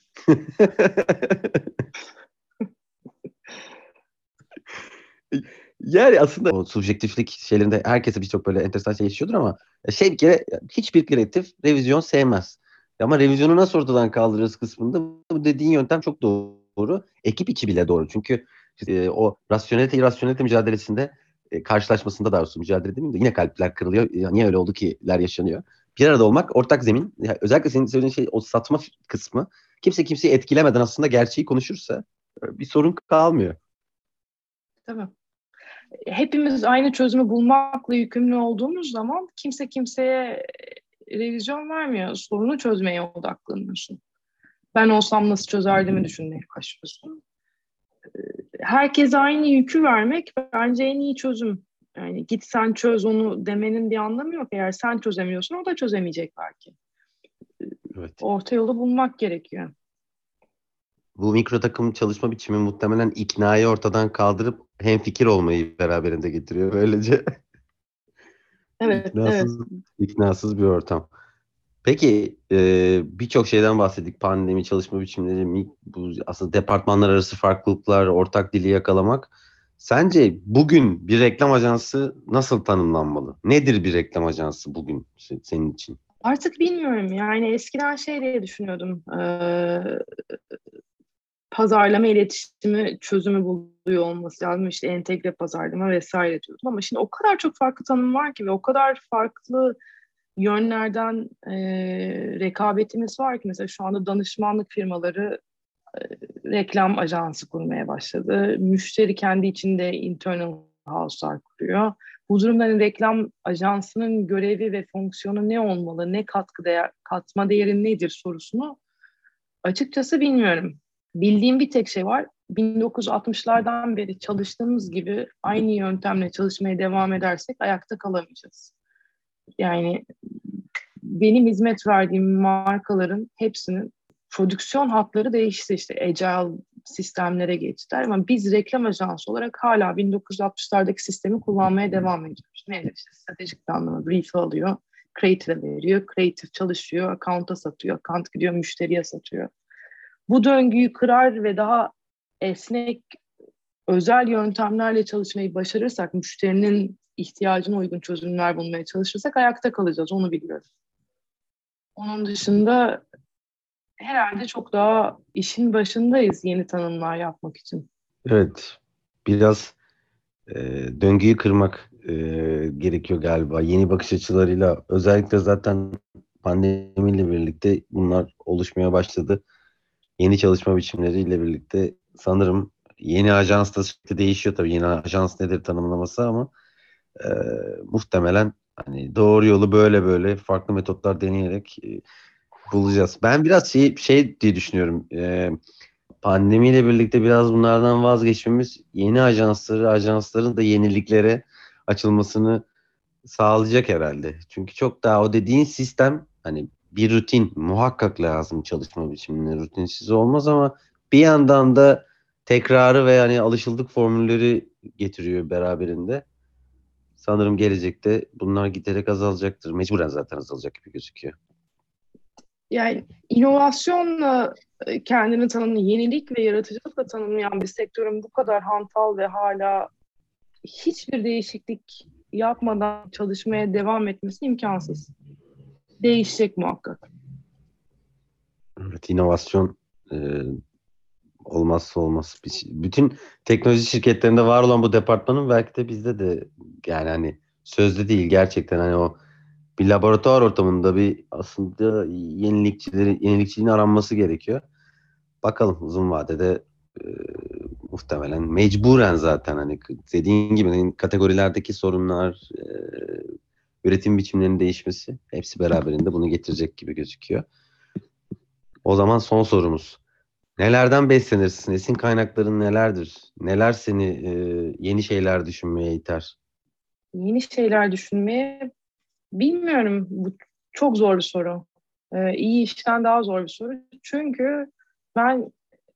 Yani aslında o subjektiflik şeylerinde herkese birçok böyle enteresan şey yaşıyordur ama bir kere hiçbir kreatif revizyon sevmez. Ama revizyonu nasıl ortadan kaldırırız kısmında bu dediğin yöntem çok doğru. Ekip içi bile doğru. Çünkü o rasyonelite irrasyonelite mücadelesinde karşılaşmasında daha doğrusu mücadele demeyeyim de yine kalpler kırılıyor. Ya niye öyle oldu ki'ler yaşanıyor. Bir arada olmak ortak zemin. Yani özellikle senin söylediğin şey o satma kısmı. Kimse kimseyi etkilemeden aslında gerçeği konuşursa bir sorun kalmıyor. Tabii. Hepimiz aynı çözümü bulmakla yükümlü olduğumuz zaman kimse kimseye revizyon vermiyor. Sorunu çözmeye odaklanıyorsun. Ben olsam nasıl çözerdimi düşünmeye başlıyorsun. Herkese aynı yükü vermek bence en iyi çözüm. Yani git sen çöz onu demenin bir anlamı yok. Eğer sen çözemiyorsun o da çözemeyecek belki. Evet. Orta yolu bulmak gerekiyor. Bu mikro takım çalışma biçimi muhtemelen iknayı ortadan kaldırıp hemfikir olmayı beraberinde getiriyor. Böylece Evet, evet. iknasız bir ortam. Peki birçok şeyden bahsettik. Pandemi, çalışma biçimleri, bu aslında departmanlar arası farklılıklar, ortak dili yakalamak. Sence bugün bir reklam ajansı nasıl tanımlanmalı? Nedir bir reklam ajansı bugün senin için? Artık bilmiyorum. Yani eskiden şey diye düşünüyordum. Pazarlama iletişimi çözümü buluyor olması lazım. İşte entegre pazarlama vesaire diyordum. Ama şimdi o kadar çok farklı tanım var ki ve o kadar farklı yönlerden rekabetimiz var ki. Mesela şu anda danışmanlık firmaları reklam ajansı kurmaya başladı. Müşteri kendi içinde internal house'lar kuruyor. Bu durumda hani reklam ajansının görevi ve fonksiyonu ne olmalı, ne katma değeri nedir sorusunu açıkçası bilmiyorum. Bildiğim bir tek şey var. 1960'lardan beri çalıştığımız gibi aynı yöntemle çalışmaya devam edersek ayakta kalamayacağız. Yani benim hizmet verdiğim markaların hepsinin prodüksiyon hatları değişti, işte agile sistemlere geçtiler, ama biz reklam ajansı olarak hala 1960'lardaki sistemi kullanmaya devam ediyoruz. Nedir? İşte stratejik planlama, brief alıyor, creative veriyor, creative çalışıyor, account'a satıyor, account gidiyor müşteriye satıyor. Bu döngüyü kırar ve daha esnek, özel yöntemlerle çalışmayı başarırsak, müşterinin ihtiyacına uygun çözümler bulmaya çalışırsak ayakta kalacağız, onu biliyoruz. Onun dışında herhalde çok daha işin başındayız yeni tanımlar yapmak için. Evet, biraz döngüyü kırmak gerekiyor galiba. Yeni bakış açılarıyla, özellikle zaten pandemiyle birlikte bunlar oluşmaya başladı. Yeni çalışma biçimleriyle birlikte sanırım yeni ajans da sürekli değişiyor tabii. Yeni ajans nedir tanımlaması, ama muhtemelen hani doğru yolu böyle farklı metotlar deneyerek bulacağız. Ben biraz şey diye düşünüyorum. Pandemiyle birlikte biraz bunlardan vazgeçmemiz yeni ajansların da yeniliklere açılmasını sağlayacak herhalde. Çünkü çok daha o dediğin sistem, hani bir rutin muhakkak lazım, çalışma biçiminde rutinsiz olmaz, ama bir yandan da tekrarı ve hani alışıldık formülleri getiriyor beraberinde. Sanırım gelecekte bunlar giderek azalacaktır. Mecburen zaten azalacak gibi gözüküyor. Yani inovasyonla kendini tanımlayan, yenilik ve yaratıcılıkla tanımlayan bir sektörün bu kadar hantal ve hala hiçbir değişiklik yapmadan çalışmaya devam etmesi imkansız. Değişecek muhakkak. Evet, inovasyon olmazsa olmaz. Bütün teknoloji şirketlerinde var olan bu departmanın belki de bizde de, yani hani sözde değil, gerçekten hani o bir laboratuvar ortamında bir aslında yenilikçiliğin aranması gerekiyor. Bakalım uzun vadede e, muhtemelen mecburen, zaten hani dediğin gibi hani kategorilerdeki sorunlar, üretim biçimlerinin değişmesi, hepsi beraberinde bunu getirecek gibi gözüküyor. O zaman son sorumuz. Nelerden beslenirsin? Esin kaynakların nelerdir? Neler seni yeni şeyler düşünmeye iter? Yeni şeyler düşünmeye, bilmiyorum. Bu çok zor bir soru. İyi işten daha zor bir soru. Çünkü ben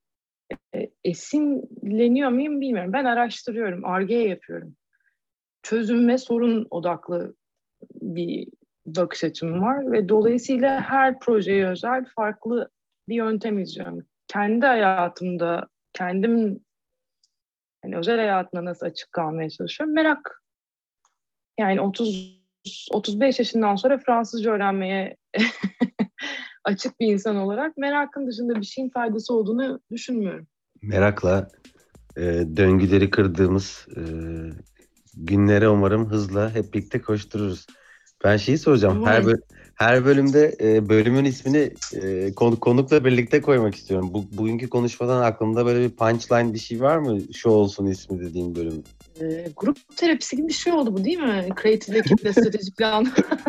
esinleniyor muyum bilmiyorum. Ben araştırıyorum, Ar-Ge yapıyorum. Çözüm ve sorun odaklı bir bakış açım var ve dolayısıyla her projeye özel farklı bir yöntem izliyorum. Kendi hayatımda, kendim hani özel hayatımda nasıl açık kalmaya çalışıyorum. Merak. Yani 35 yaşından sonra Fransızca öğrenmeye açık bir insan olarak merakın dışında bir şeyin faydası olduğunu düşünmüyorum. Merakla döngüleri kırdığımız günlere umarım hızla hep birlikte koştururuz. Ben şeyi soracağım. Umarım. Her bölümde bölümün ismini konukla birlikte koymak istiyorum. Bugünkü konuşmadan aklımda böyle bir punchline bir şey var mı? Şu olsun ismi dediğim bölüm. Grup terapisi gibi bir şey oldu bu, değil mi? Kreatif ekiple stratejik plan.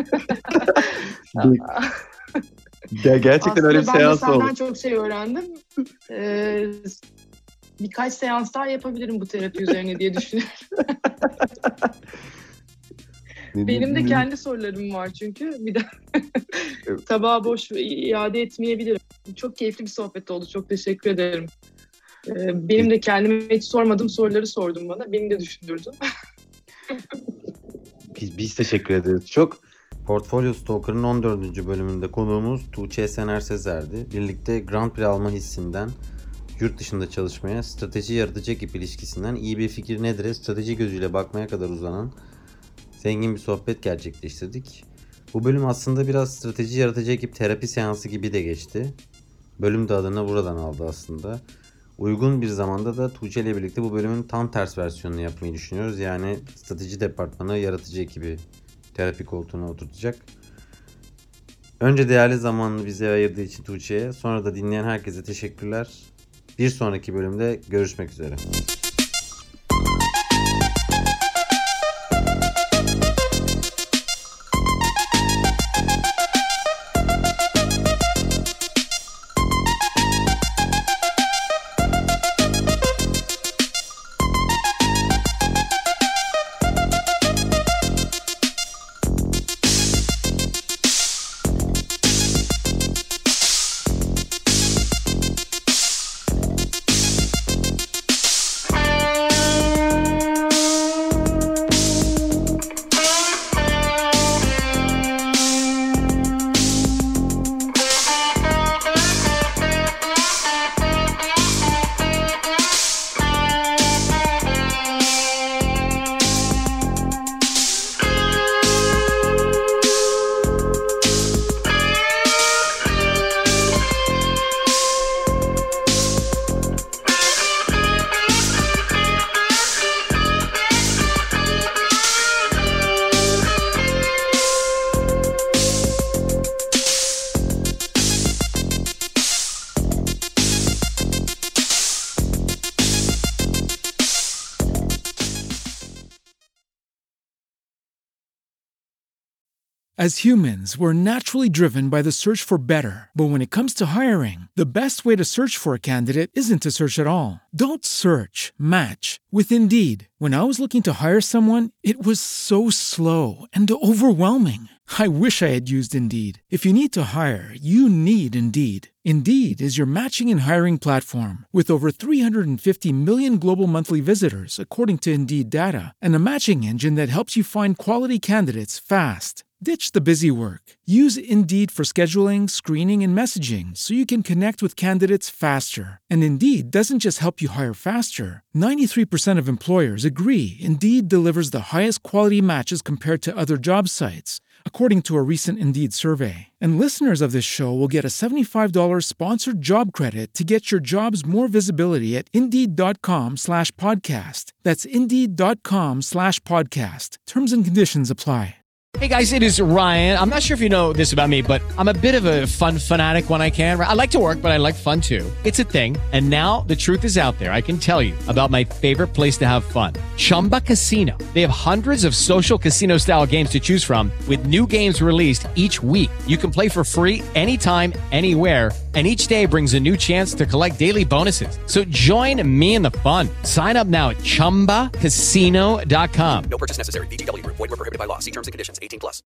Gerçekten aslında öyle bir seans oldu. Ben de senden çok şey öğrendim. Birkaç seans daha yapabilirim bu terapi üzerine diye düşünüyorum. Benim de kendi sorularım var çünkü. Bir de tabağı boş iade etmeyebilirim. Çok keyifli bir sohbet oldu. Çok teşekkür ederim. Benim de kendime hiç sormadığım soruları sordun bana. Beni de düşündürdün. Biz teşekkür ederiz. Çok. Portfolyo Stalker'ın 14. bölümünde konuğumuz Tuğçe Esener Sezer'di. Birlikte Grand Prix alma hissinden yurt dışında çalışmaya, strateji yaratıcı ekip ilişkisinden iyi bir fikir nedir, strateji gözüyle bakmaya kadar uzanan zengin bir sohbet gerçekleştirdik. Bu bölüm aslında biraz strateji yaratıcı ekip terapi seansı gibi de geçti. Bölüm de adını buradan aldı aslında. Uygun bir zamanda da Tuğçe ile birlikte bu bölümün tam ters versiyonunu yapmayı düşünüyoruz. Yani strateji departmanı yaratıcı ekibi terapi koltuğuna oturtacak. Önce değerli zamanını bize ayırdığı için Tuğçe'ye, sonra da dinleyen herkese teşekkürler. Bir sonraki bölümde görüşmek üzere. As humans, we're naturally driven by the search for better. But when it comes to hiring, the best way to search for a candidate isn't to search at all. Don't search, match with Indeed. When I was looking to hire someone, it was so slow and overwhelming. I wish I had used Indeed. If you need to hire, you need Indeed. Indeed is your matching and hiring platform with over 350 million global monthly visitors, according to Indeed data, and a matching engine that helps you find quality candidates fast. Ditch the busy work. Use Indeed for scheduling, screening, and messaging so you can connect with candidates faster. And Indeed doesn't just help you hire faster. 93% of employers agree Indeed delivers the highest quality matches compared to other job sites, according to a recent Indeed survey. And listeners of this show will get a $75 sponsored job credit to get your jobs more visibility at Indeed.com/podcast. That's Indeed.com/podcast. Terms and conditions apply. Hey guys, it is Ryan. I'm not sure if you know this about me, but I'm a bit of a fun fanatic when I can. I like to work, but I like fun too. It's a thing. And now the truth is out there. I can tell you about my favorite place to have fun. Chumba Casino. They have hundreds of social casino style games to choose from with new games released each week. You can play for free anytime, anywhere. And each day brings a new chance to collect daily bonuses. So join me in the fun. Sign up now at ChumbaCasino.com. No purchase necessary. VGW Group. Void where prohibited by law. See terms and conditions. 18+.